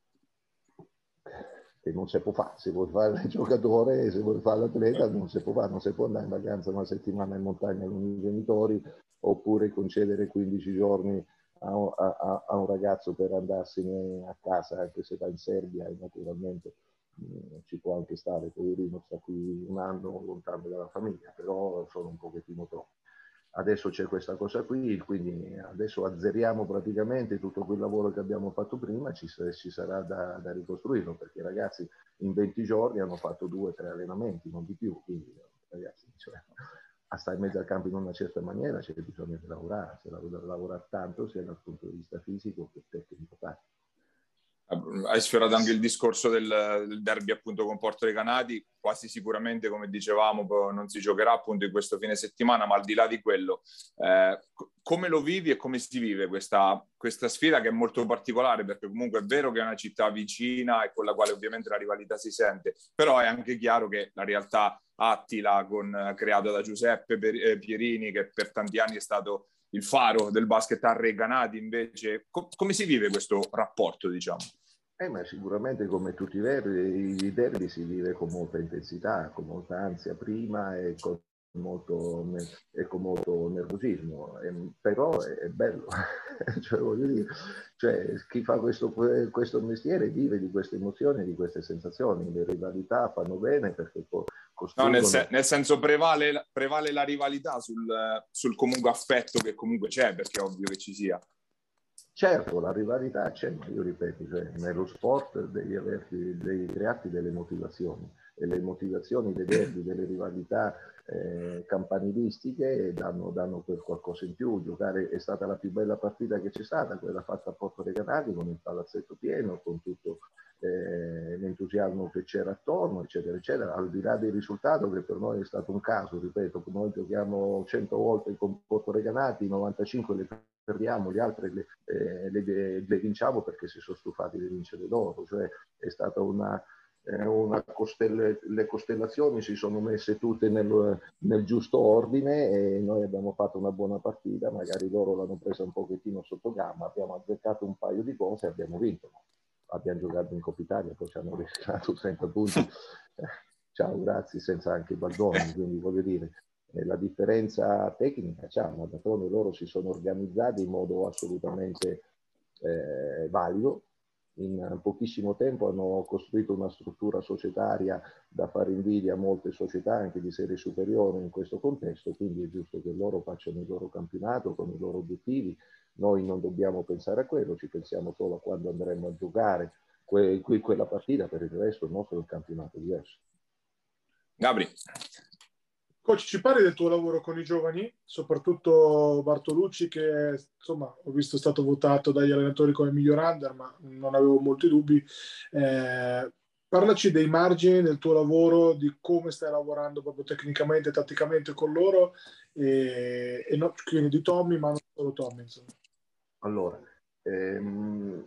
che non si può fare. Se vuoi fare il giocatore, se vuoi fare l'atleta, non si può fare, non si può andare in vacanza una settimana in montagna con i genitori, oppure concedere quindici giorni a, a, a un ragazzo per andarsene a casa, anche se va in Serbia, e naturalmente mh, ci può anche stare, poverino, sta qui un anno lontano dalla famiglia, però sono un pochettino troppo. Adesso c'è questa cosa qui, quindi adesso azzeriamo praticamente tutto quel lavoro che abbiamo fatto prima, ci, ci sarà da, da ricostruirlo, perché i ragazzi in venti giorni hanno fatto due o tre allenamenti, non di più, quindi ragazzi, cioè, a stare in mezzo al campo in una certa maniera c'è bisogno di lavorare, c'è da lavorare tanto sia dal punto di vista fisico che tecnico tattico. Hai sfiorato anche il discorso del, del derby appunto con Porto Recanati. Quasi sicuramente, come dicevamo, non si giocherà appunto in questo fine settimana, ma al di là di quello, eh, come lo vivi e come si vive questa, questa sfida, che è molto particolare, perché comunque è vero che è una città vicina e con la quale ovviamente la rivalità si sente, però è anche chiaro che la realtà Attila, con, creato da Giuseppe Pierini, che per tanti anni è stato il faro del basket a Recanati, invece co- come si vive questo rapporto, diciamo? Eh, ma sicuramente, come tutti i derby, i derby si vive con molta intensità, con molta ansia prima e con molto, e con molto nervosismo, e, però è, è bello. Cioè, voglio dire, cioè, chi fa questo, questo mestiere vive di queste emozioni, di queste sensazioni. Le rivalità fanno bene perché poi no, nel, se- nel senso prevale, prevale la rivalità sul, sul comunque affetto che comunque c'è, perché è ovvio che ci sia. Certo, la rivalità c'è, ma io ripeto, cioè, nello sport devi, averti, devi crearti delle motivazioni, e le motivazioni dei derby, delle rivalità eh, campanilistiche danno, danno per qualcosa in più. Giocare è stata la più bella partita che c'è stata, quella fatta a Porto Recanati, con il palazzetto pieno, con tutto eh, l'entusiasmo che c'era attorno, eccetera, eccetera, al di là del risultato, che per noi è stato un caso, ripeto, noi giochiamo cento volte con Porto Recanati, novantacinque le perdiamo, le altre le, eh, le, le vinciamo perché si sono stufati di vincere loro. Cioè è stata una, eh, una costelle, le costellazioni si sono messe tutte nel, nel giusto ordine, e noi abbiamo fatto una buona partita. Magari loro l'hanno presa un pochettino sotto gamma, abbiamo azzeccato un paio di cose e abbiamo vinto. Abbiamo giocato in Coppa Italia, poi ci hanno rischiato trenta punti, ciao, grazie, senza anche i Baldoni, quindi voglio dire, la differenza tecnica c'è, ma d'altronde loro si sono organizzati in modo assolutamente eh, valido. In pochissimo tempo hanno costruito una struttura societaria da fare invidia a molte società anche di serie superiori in questo contesto, quindi è giusto che loro facciano il loro campionato con i loro obiettivi. Noi non dobbiamo pensare a quello, ci pensiamo solo a quando andremo a giocare que, que, quella partita. Per il resto il nostro è un campionato diverso. Gabri. Coach, ci parli del tuo lavoro con i giovani, soprattutto Bartolucci, che insomma ho visto è stato votato dagli allenatori come miglior under, ma non avevo molti dubbi. Eh, parlaci dei margini del tuo lavoro, di come stai lavorando proprio tecnicamente e tatticamente con loro, e, e no, quindi di Tommy, ma non solo Tommy. Insomma. Allora, ehm,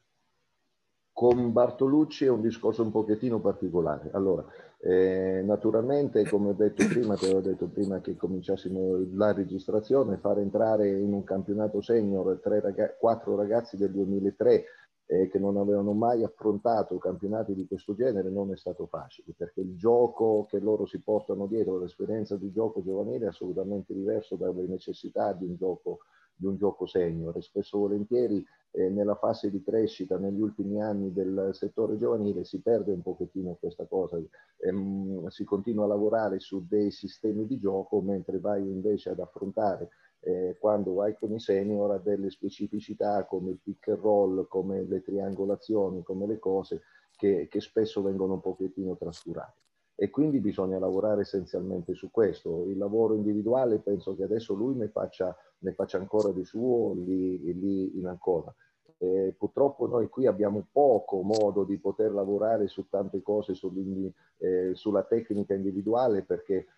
con Bartolucci è un discorso un pochettino particolare. Allora, eh, naturalmente, come ho detto prima, te l'ho detto prima che cominciassimo la registrazione, far entrare in un campionato senior tre ragazzi, quattro ragazzi del duemilatré eh, che non avevano mai affrontato campionati di questo genere non è stato facile, perché il gioco che loro si portano dietro, l'esperienza di gioco giovanile è assolutamente diverso dalle necessità di un gioco di un gioco senior, e spesso volentieri eh, nella fase di crescita negli ultimi anni del settore giovanile si perde un pochettino questa cosa, ehm, si continua a lavorare su dei sistemi di gioco, mentre vai invece ad affrontare eh, quando vai con i senior a delle specificità come il pick and roll, come le triangolazioni, come le cose che, che spesso vengono un pochettino trascurate. E quindi bisogna lavorare essenzialmente su questo. Il lavoro individuale penso che adesso lui ne faccia, ne faccia ancora di suo lì, lì in Ancona. Eh, purtroppo noi qui abbiamo poco modo di poter lavorare su tante cose, eh, sulla tecnica individuale, perché,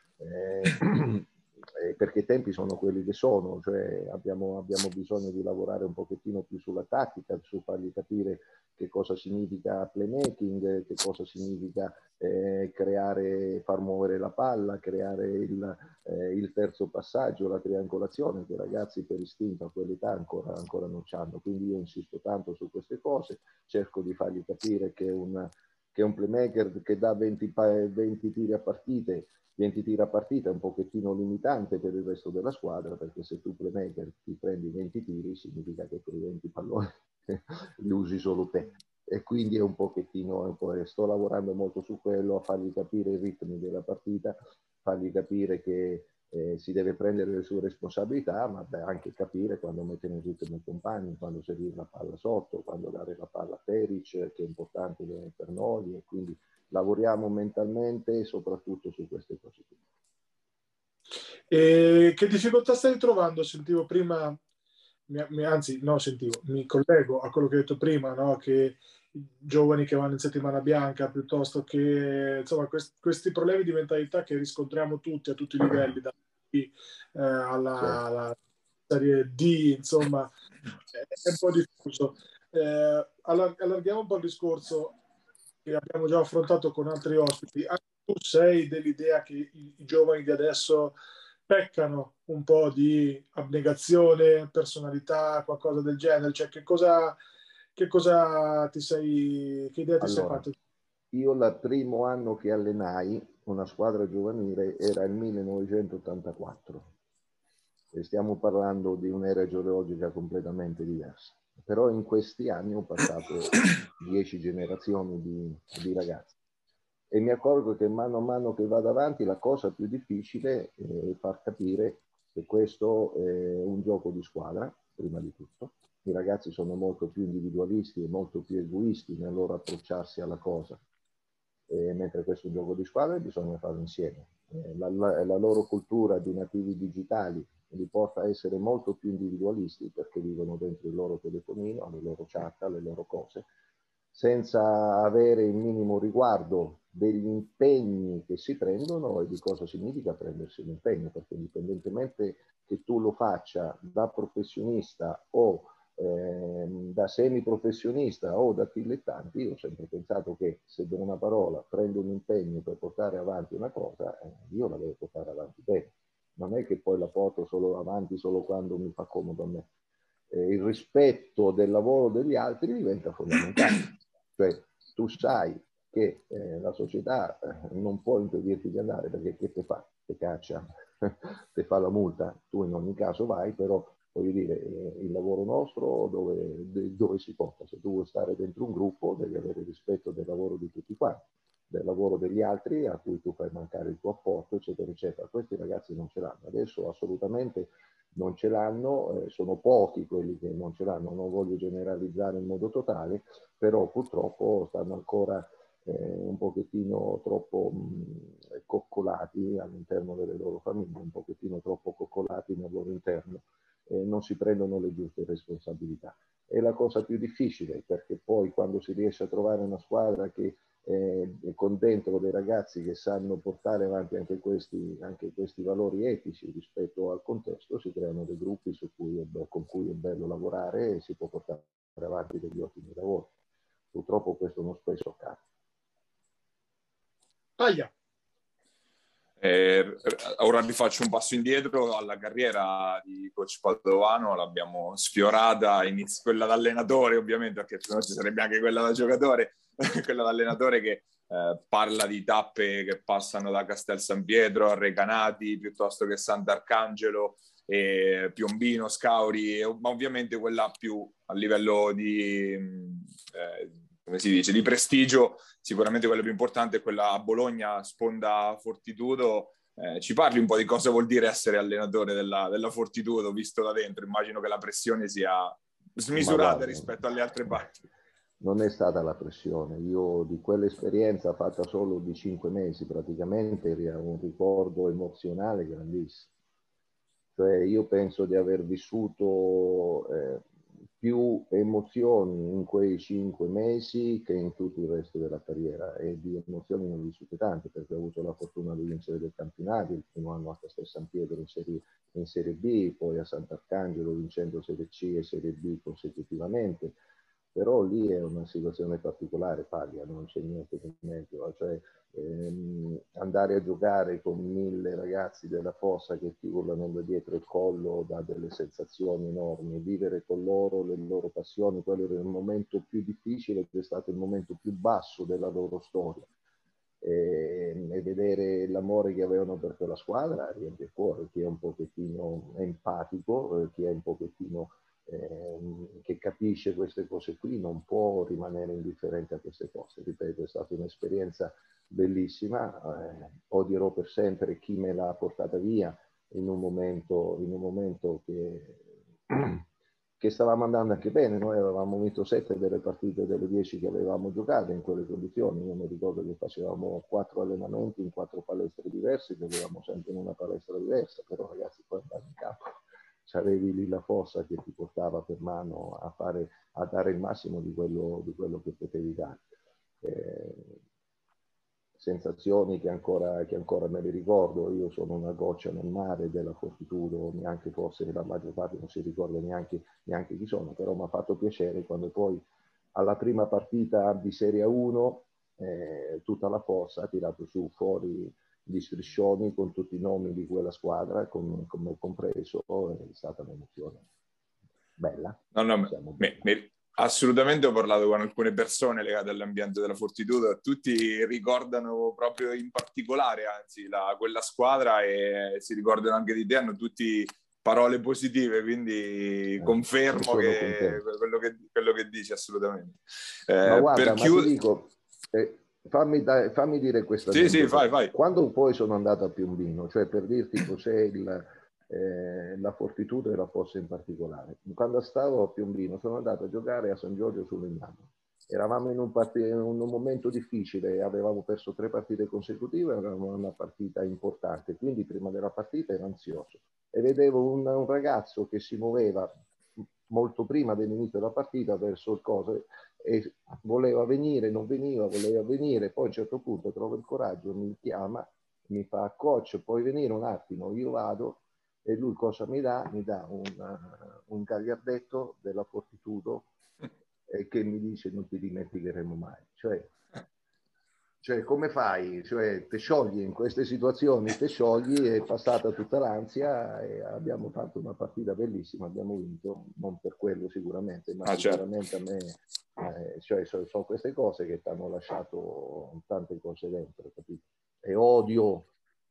eh, perché i tempi sono quelli che sono, cioè abbiamo, abbiamo bisogno di lavorare un pochettino più sulla tattica, su fargli capire che cosa significa playmaking, che cosa significa eh, creare, far muovere la palla, creare il, eh, il terzo passaggio, la triangolazione, che i ragazzi per istinto a quell'età ancora, ancora non hanno. Quindi io insisto tanto su queste cose, cerco di fargli capire che un, che un playmaker che dà venti, venti tiri a partite, venti tiri a partita è un pochettino limitante per il resto della squadra, perché se tu playmaker ti prendi venti tiri significa che quei venti palloni li usi solo te. E quindi è un pochettino, un po', sto lavorando molto su quello, a fargli capire i ritmi della partita, fargli capire che eh, si deve prendere le sue responsabilità, ma beh, anche capire quando mettere in ritmo i compagni, quando servire la palla sotto, quando dare la palla a Peric, che è importante per noi, e quindi lavoriamo mentalmente soprattutto su queste cose qui. E che difficoltà stai trovando? Sentivo prima, anzi no, sentivo, mi collego a quello che hai detto prima, no? Che i giovani che vanno in settimana bianca, piuttosto che insomma quest- questi problemi di mentalità che riscontriamo tutti a tutti i livelli, da eh, alla, Sì. alla serie D, insomma, è un po' diffuso. Eh, allarghiamo un po' il discorso che abbiamo già affrontato con altri ospiti. Anche tu sei dell'idea che i, i giovani di adesso peccano un po' di abnegazione, personalità, qualcosa del genere? Cioè, che cosa, che cosa ti sei, che idea ti sei Allora, fatta? io il primo anno che allenai una squadra giovanile era il millenovecentottantaquattro, e stiamo parlando di un'era geologica completamente diversa. Però in questi anni ho passato dieci generazioni di, di ragazzi, e mi accorgo che mano a mano che vado avanti la cosa più difficile è far capire che questo è un gioco di squadra, prima di tutto. I ragazzi sono molto più individualisti e molto più egoisti nel loro approcciarsi alla cosa, e mentre questo è un gioco di squadra e bisogna farlo insieme. Eh, la, la, la loro cultura di nativi digitali li porta a essere molto più individualisti, perché vivono dentro il loro telefonino, le loro chat, le loro cose, senza avere il minimo riguardo degli impegni che si prendono e di cosa significa prendersi un impegno, perché indipendentemente che tu lo faccia da professionista o eh, da semiprofessionista o da dilettante, io ho sempre pensato che se do una parola, prendo un impegno per portare avanti una cosa, eh, io la devo portare avanti bene. Non è che poi la porto solo avanti solo quando mi fa comodo a me. Eh, il rispetto del lavoro degli altri diventa fondamentale. Cioè, tu sai che eh, la società eh, non può impedirti di andare, perché che te fa? Te caccia, te fa la multa, tu in ogni caso vai, però voglio dire, eh, il lavoro nostro dove, dove si porta? Se tu vuoi stare dentro un gruppo devi avere rispetto del lavoro di tutti quanti. del lavoro degli altri a cui tu fai mancare il tuo apporto, eccetera, eccetera. Questi ragazzi non ce l'hanno. Adesso assolutamente non ce l'hanno, eh, sono pochi quelli che non ce l'hanno, non voglio generalizzare in modo totale, però purtroppo stanno ancora eh, un pochettino troppo mh, coccolati all'interno delle loro famiglie, un pochettino troppo coccolati nel loro interno, e non si prendono le giuste responsabilità. È la cosa più difficile, perché poi quando si riesce a trovare una squadra che eh, con dentro dei ragazzi che sanno portare avanti anche questi, anche questi valori etici rispetto al contesto, si creano dei gruppi su cui è, con cui è bello lavorare e si può portare avanti degli ottimi lavori. Purtroppo questo non spesso accade. Taglia. Eh, ora rifaccio un passo indietro alla carriera di coach Padovano, l'abbiamo sfiorata, inizio quella da allenatore ovviamente, perché se no ci sarebbe anche quella da giocatore, quella da allenatore che eh, parla di tappe che passano da Castel San Pietro a Recanati piuttosto che Sant'Arcangelo, e Piombino, Scauri, ma ovviamente quella più a livello di eh, come si dice, di prestigio. Sicuramente quella più importante è quella a Bologna, sponda Fortitudo. Eh, ci parli un po' di cosa vuol dire essere allenatore della, della Fortitudo, visto da dentro? Immagino che la pressione sia smisurata guarda, rispetto alle altre parti. Non è stata la pressione. Io di quell'esperienza fatta solo di cinque mesi praticamente ho un ricordo emozionale grandissimo. Cioè io penso di aver vissuto eh, più emozioni in quei cinque mesi che in tutto il resto della carriera, e di emozioni ne ho vissute tante, perché ho avuto la fortuna di vincere dei campionati, il primo anno a Castel San Pietro in serie, in serie B, poi a Sant'Arcangelo vincendo Serie C e Serie B consecutivamente. Però lì è una situazione particolare, Paglia, non c'è niente di meglio, cioè ehm, andare a giocare con mille ragazzi della fossa che ti urlano da dietro il collo dà delle sensazioni enormi, vivere con loro le loro passioni, quello era il momento più difficile, che è stato il momento più basso della loro storia, e, e vedere l'amore che avevano per quella squadra riempie il cuore. Chi è un pochettino empatico, eh, chi è un pochettino Eh, che capisce queste cose qui non può rimanere indifferente a queste cose. Ripeto, è stata un'esperienza bellissima, eh, odierò per sempre chi me l'ha portata via in un momento, in un momento che, che stavamo andando anche bene. Noi avevamo vinto sette delle partite delle dieci che avevamo giocato in quelle condizioni. Io mi ricordo che facevamo quattro allenamenti in quattro palestre diverse, giocavamo sempre in una palestra diversa, però ragazzi poi andare in campo c'avevi lì la fossa che ti portava per mano a, fare, a dare il massimo di quello, di quello che potevi dare. Eh, sensazioni che ancora, che ancora me le ricordo. Io sono una goccia nel mare della Fortitudo, neanche forse la maggior parte non si ricorda neanche, neanche chi sono, però mi ha fatto piacere quando poi alla prima partita di Serie uno eh, tutta la fossa ha tirato su fuori di striscioni con tutti i nomi di quella squadra, con, con me compreso. È stata un'emozione bella. No, no, me, me, assolutamente. Ho parlato con alcune persone legate all'ambiente della Fortitudo e tutti ricordano proprio in particolare, anzi, la, quella squadra, e si ricordano anche di te, hanno tutti parole positive, quindi eh, confermo che quello, che quello che dici assolutamente. Eh, ma guarda, per ma chiud- ti dico... Eh, Fammi, da, fammi dire questa sì, sì, vai, vai. Quando poi sono andato a Piombino, cioè per dirti cos'è il, eh, la Fortitudo e la fossa in particolare, quando stavo a Piombino sono andato a giocare a San Giorgio sul Legnano. Eravamo in un, part- in un momento difficile, avevamo perso tre partite consecutive, avevamo una partita importante, quindi prima della partita ero ansioso e vedevo un, un ragazzo che si muoveva molto prima dell'inizio della partita verso il coso e voleva venire, non veniva, voleva venire, poi a un certo punto trova il coraggio, mi chiama, mi fa: coach, puoi venire un attimo? Io vado. E lui cosa mi dà? Mi dà un, uh, un gagliardetto della Fortitudo e che mi dice: non ti dimenticheremo mai. Cioè, cioè come fai? Cioè, te sciogli in queste situazioni, te sciogli, è passata tutta l'ansia e abbiamo fatto una partita bellissima, abbiamo vinto, non per quello sicuramente, ma ah, sicuramente certo. A me, eh, cioè, sono, sono queste cose che ti hanno lasciato tante cose dentro, capito? E odio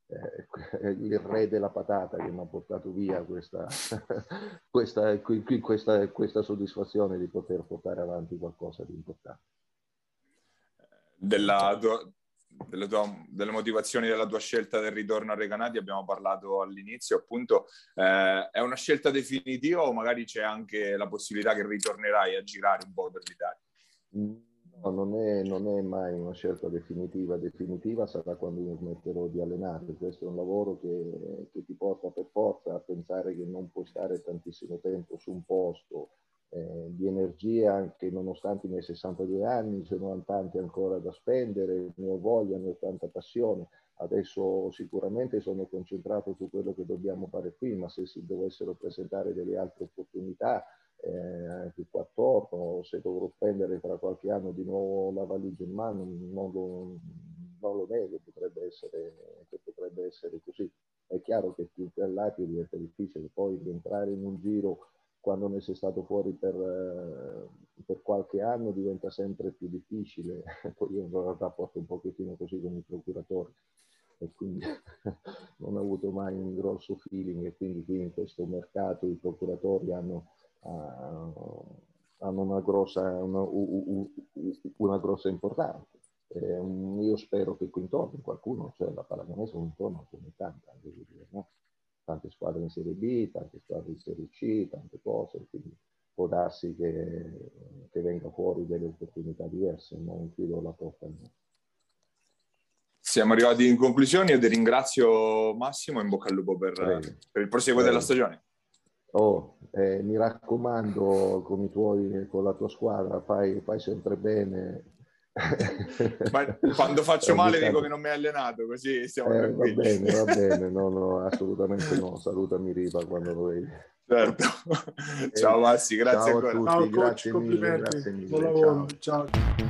eh, il re della patata che mi ha portato via questa, questa, questa, questa soddisfazione di poter portare avanti qualcosa di importante. Della tua, delle, tua, delle motivazioni della tua scelta del ritorno a Recanati abbiamo parlato all'inizio, appunto. Eh, è una scelta definitiva o magari c'è anche la possibilità che ritornerai a girare un po' per l'Italia? No, non è, non è mai una scelta definitiva. Definitiva sarà quando io smetterò di allenare. Questo è un lavoro che, che ti porta per forza a pensare che non puoi stare tantissimo tempo su un posto. Eh, di energia, anche nonostante i miei sessantadue anni, ce ne ho tanti ancora da spendere, ne ho voglia, ne ho tanta passione. Adesso sicuramente sono concentrato su quello che dobbiamo fare qui, ma se si dovessero presentare delle altre opportunità, eh, più qua attorno, se dovrò prendere tra qualche anno di nuovo la valigia in mano, non lo, non lo nego, potrebbe essere, che potrebbe essere così. È chiaro che più per là più diventa difficile, poi rientrare in un giro quando ne sei stato fuori per, per qualche anno diventa sempre più difficile. Poi io ho un rapporto un pochettino così con i procuratori e quindi non ho avuto mai un grosso feeling, e quindi qui in questo mercato i procuratori hanno, uh, hanno una, grossa, una, uh, uh, una grossa importanza. Eh, un, io spero che qui intorno qualcuno, cioè la pallacanestro qui intorno come tanta, no? Tante squadre in Serie B, tante squadre in Serie C, tante cose, quindi può darsi che, che venga fuori delle opportunità diverse, non chiudo la porta. Siamo arrivati in conclusione, io ti ringrazio Massimo, in bocca al lupo per, per il proseguo Prego. della stagione. Oh, eh, mi raccomando, con, i tuoi, con la tua squadra fai, fai sempre bene. Ma quando faccio male dico che non mi hai allenato, così stiamo eh, tranquilli. Va bene, va bene, no, no, assolutamente no. Salutami Riva quando lo vedi. Certo. Ciao Massi, grazie ciao ancora. A tutti, ciao, grazie coach, mille, grazie mille. Buon lavoro, ciao. ciao.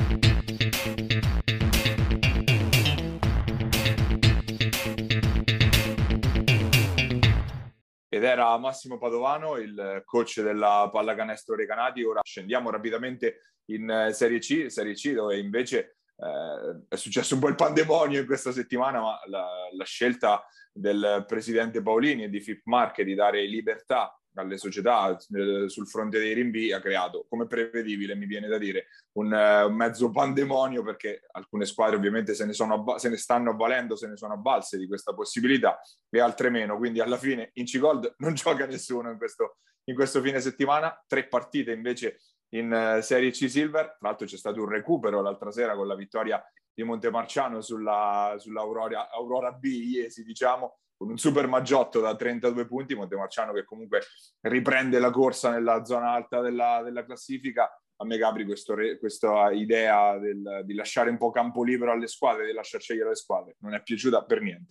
Ed era Massimo Padovano, il coach della Pallacanestro Recanati. Ora scendiamo rapidamente in Serie C, Serie C dove invece eh, è successo un po' il pandemonio in questa settimana, ma la, la scelta del presidente Paolini e di F I P Marche di dare libertà alle società eh, sul fronte dei rinvii ha creato, come prevedibile mi viene da dire, un, uh, un mezzo pandemonio, perché alcune squadre ovviamente se ne, sono se ne stanno avvalendo, se ne sono avvalse di questa possibilità e altre meno, quindi alla fine in C-Gold non gioca nessuno in questo, in questo fine settimana, tre partite invece in uh, Serie C Silver. Tra l'altro c'è stato un recupero l'altra sera con la vittoria di Montemarciano sulla, sulla Aurora, Aurora B, Iesi, diciamo, con un super maggiotto da trentadue punti. Montemarciano che comunque riprende la corsa nella zona alta della, della classifica. A me, Gabri, questo re, questa idea del, di lasciare un po' campo libero alle squadre, di lasciar scegliere le squadre, non è piaciuta per niente.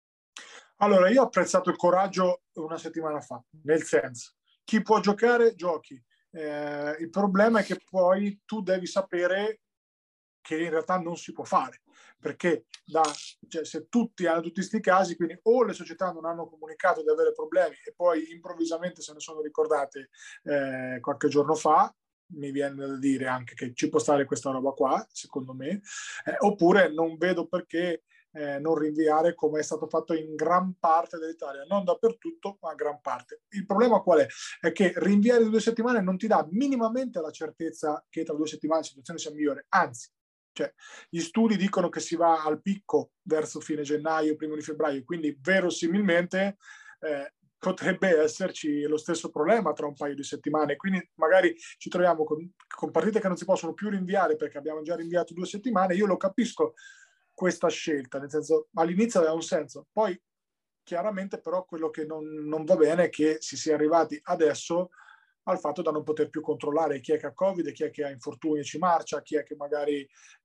Allora, io ho apprezzato il coraggio una settimana fa, nel senso, chi può giocare, giochi. Eh, il problema è che poi tu devi sapere che in realtà non si può fare, perché da, cioè, se tutti hanno tutti questi casi, quindi o le società non hanno comunicato di avere problemi e poi improvvisamente se ne sono ricordate eh, qualche giorno fa, mi viene da dire anche che ci può stare questa roba qua, secondo me, eh, oppure non vedo perché eh, non rinviare come è stato fatto in gran parte dell'Italia, non dappertutto, ma gran parte. Il problema qual è? È che rinviare di due settimane non ti dà minimamente la certezza che tra due settimane la situazione sia migliore, anzi, cioè, gli studi dicono che si va al picco verso fine gennaio, primo di febbraio, quindi verosimilmente eh, potrebbe esserci lo stesso problema tra un paio di settimane, quindi magari ci troviamo con, con partite che non si possono più rinviare perché abbiamo già rinviato due settimane. Io lo capisco questa scelta, nel senso, all'inizio aveva un senso, poi chiaramente però quello che non, non va bene è che si sia arrivati adesso al fatto da non poter più controllare chi è che ha Covid, chi è che ha infortuni e ci marcia, chi è che magari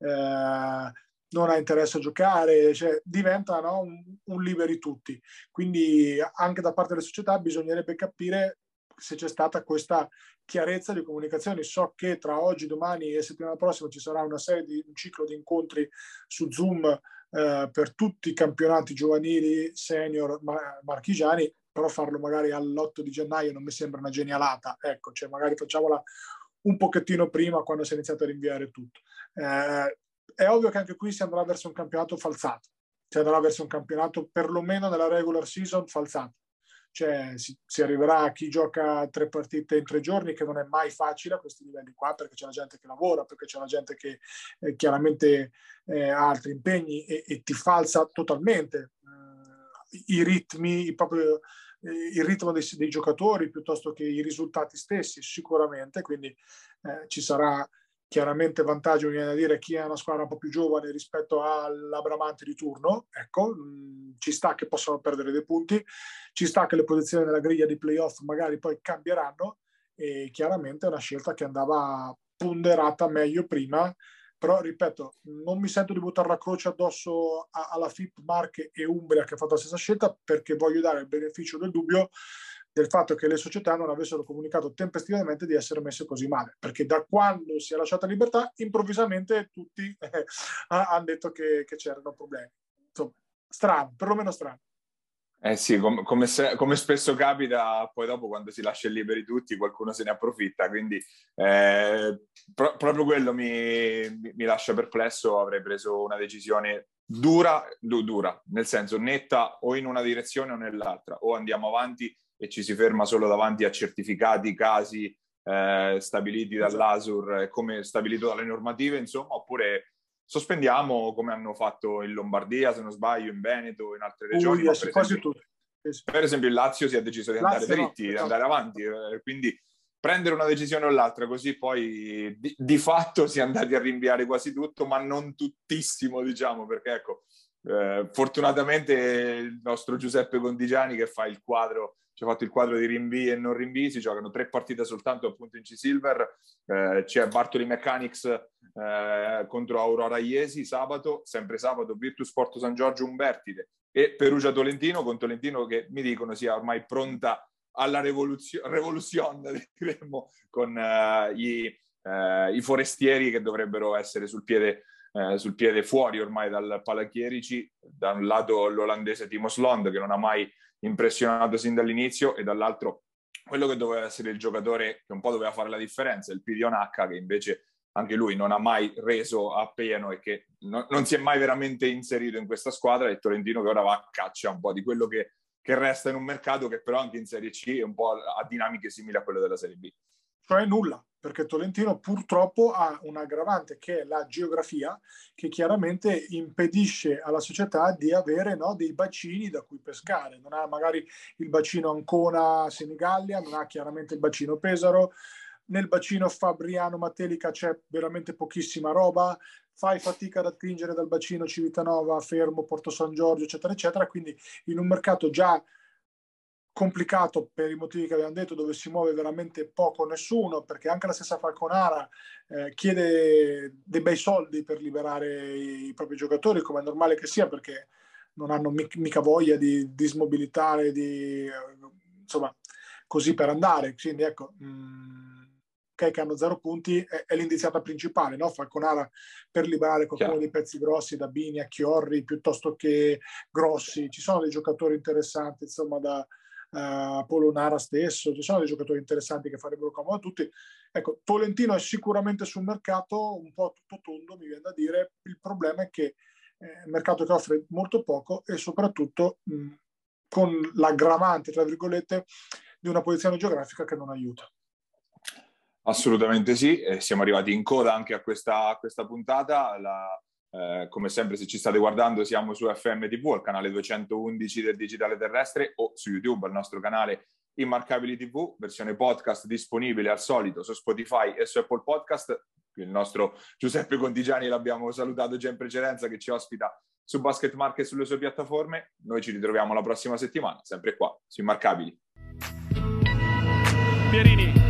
eh, non ha interesse a giocare, cioè diventa, no, un, un liberi tutti. Quindi anche da parte delle società bisognerebbe capire se c'è stata questa chiarezza di comunicazione. So che tra oggi, domani e settimana prossima ci sarà una serie di un ciclo di incontri su Zoom eh, per tutti i campionati giovanili, senior, mar- marchigiani, però farlo magari all'otto di gennaio non mi sembra una genialata, ecco, cioè magari facciamola un pochettino prima, quando si è iniziato a rinviare tutto. Eh, è ovvio che anche qui si andrà verso un campionato falsato, si andrà verso un campionato perlomeno nella regular season falsato, cioè si, si arriverà a chi gioca tre partite in tre giorni, che non è mai facile a questi livelli qua, perché c'è la gente che lavora, perché c'è la gente che eh, chiaramente eh, ha altri impegni e, e ti falsa totalmente eh, i ritmi, i proprio, eh, il ritmo dei, dei giocatori piuttosto che i risultati stessi, sicuramente. Quindi eh, ci sarà chiaramente vantaggio, mi viene da dire, chi è una squadra un po' più giovane rispetto all'Abramante di turno. Ecco, mh, ci sta che possano perdere dei punti, ci sta che le posizioni nella griglia di playoff magari poi cambieranno, e chiaramente è una scelta che andava ponderata meglio prima. Però, ripeto, non mi sento di buttare la croce addosso a, alla F I P Marche e Umbria, che ha fatto la stessa scelta, perché voglio dare il beneficio del dubbio del fatto che le società non avessero comunicato tempestivamente di essere messe così male, perché da quando si è lasciata libertà improvvisamente tutti eh, hanno detto che, che c'erano problemi. Insomma, strano, perlomeno strano. Eh sì, com- come, se- come spesso capita, poi dopo quando si lascia liberi tutti qualcuno se ne approfitta, quindi eh, pro- proprio quello mi, mi, mi lascia perplesso. Avrei preso una decisione dura, du- dura, nel senso netta, o in una direzione o nell'altra, o andiamo avanti e ci si ferma solo davanti a certificati, casi eh, stabiliti dall'Asur, come stabilito dalle normative, insomma, oppure sospendiamo come hanno fatto in Lombardia, se non sbaglio, in Veneto, in altre regioni. Ui, ma sì, per, quasi esempio, tutti. Sì. per esempio il Lazio si è deciso di Lazio andare no, dritti, di esatto. andare avanti, eh, quindi prendere una decisione o l'altra, così poi di, di fatto si è andati a rinviare quasi tutto, ma non tuttissimo, diciamo, perché ecco, eh, fortunatamente il nostro Giuseppe Condigiani, che fa il quadro, ci ha fatto il quadro di rinvii e non rinvii, si giocano tre partite soltanto appunto in C-Silver, eh, c'è Bartoli Mechanics eh, contro Aurora Iesi sabato, sempre sabato Virtus Porto San Giorgio Umbertide, e Perugia Tolentino, con Tolentino che mi dicono sia ormai pronta alla rivoluzione, revoluzione diremmo, con eh, gli, eh, i forestieri che dovrebbero essere sul piede, eh, sul piede fuori ormai dal Palachierici, da un lato l'olandese Timo Slond, che non ha mai impressionato sin dall'inizio, e dall'altro quello che doveva essere il giocatore che un po' doveva fare la differenza, il Pidion H, che invece anche lui non ha mai reso appieno e che no, non si è mai veramente inserito in questa squadra, e il Tolentino che ora va a caccia un po' di quello che, che resta in un mercato che però anche in Serie C è un po' a dinamiche simili a quelle della Serie B. Cioè nulla, perché Tolentino purtroppo ha un aggravante che è la geografia, che chiaramente impedisce alla società di avere, no, dei bacini da cui pescare. Non ha magari il bacino Ancona-Senigallia, non ha chiaramente il bacino Pesaro. Nel bacino Fabriano-Matelica c'è veramente pochissima roba, fai fatica ad attingere dal bacino Civitanova, Fermo, Porto San Giorgio, eccetera, eccetera. Quindi in un mercato già complicato per i motivi che abbiamo detto, dove si muove veramente poco o nessuno, perché anche la stessa Falconara eh, chiede dei bei soldi per liberare i, i propri giocatori, come è normale che sia, perché non hanno mic- mica voglia di, di smobilitare, di, eh, insomma, così per andare. Quindi ecco, mh, ok, che hanno zero punti, è, è l'indiziata principale, no? Falconara per liberare qualcuno Chiaro. dei pezzi grossi, da Bini a Chiorri, piuttosto che Grossi. Ci sono dei giocatori interessanti, insomma, da Uh, Polonara stesso, ci sono dei giocatori interessanti che farebbero comodo a tutti. Ecco, Tolentino è sicuramente sul mercato un po' tutto tondo, mi viene da dire. Il problema è che è un mercato che offre molto poco, e soprattutto mh, con l'aggravante, tra virgolette, di una posizione geografica che non aiuta. Assolutamente sì, e siamo arrivati in coda anche a questa, a questa puntata. La, eh, come sempre, se ci state guardando, siamo su F M T V, al canale duecentoundici del Digitale Terrestre, o su YouTube, al nostro canale Immarcabili T V, versione podcast disponibile al solito su Spotify e su Apple Podcast. Il nostro Giuseppe Condigiani l'abbiamo salutato già in precedenza, che ci ospita su Basket Market e sulle sue piattaforme. Noi ci ritroviamo la prossima settimana, sempre qua, su Immarcabili. Pierini.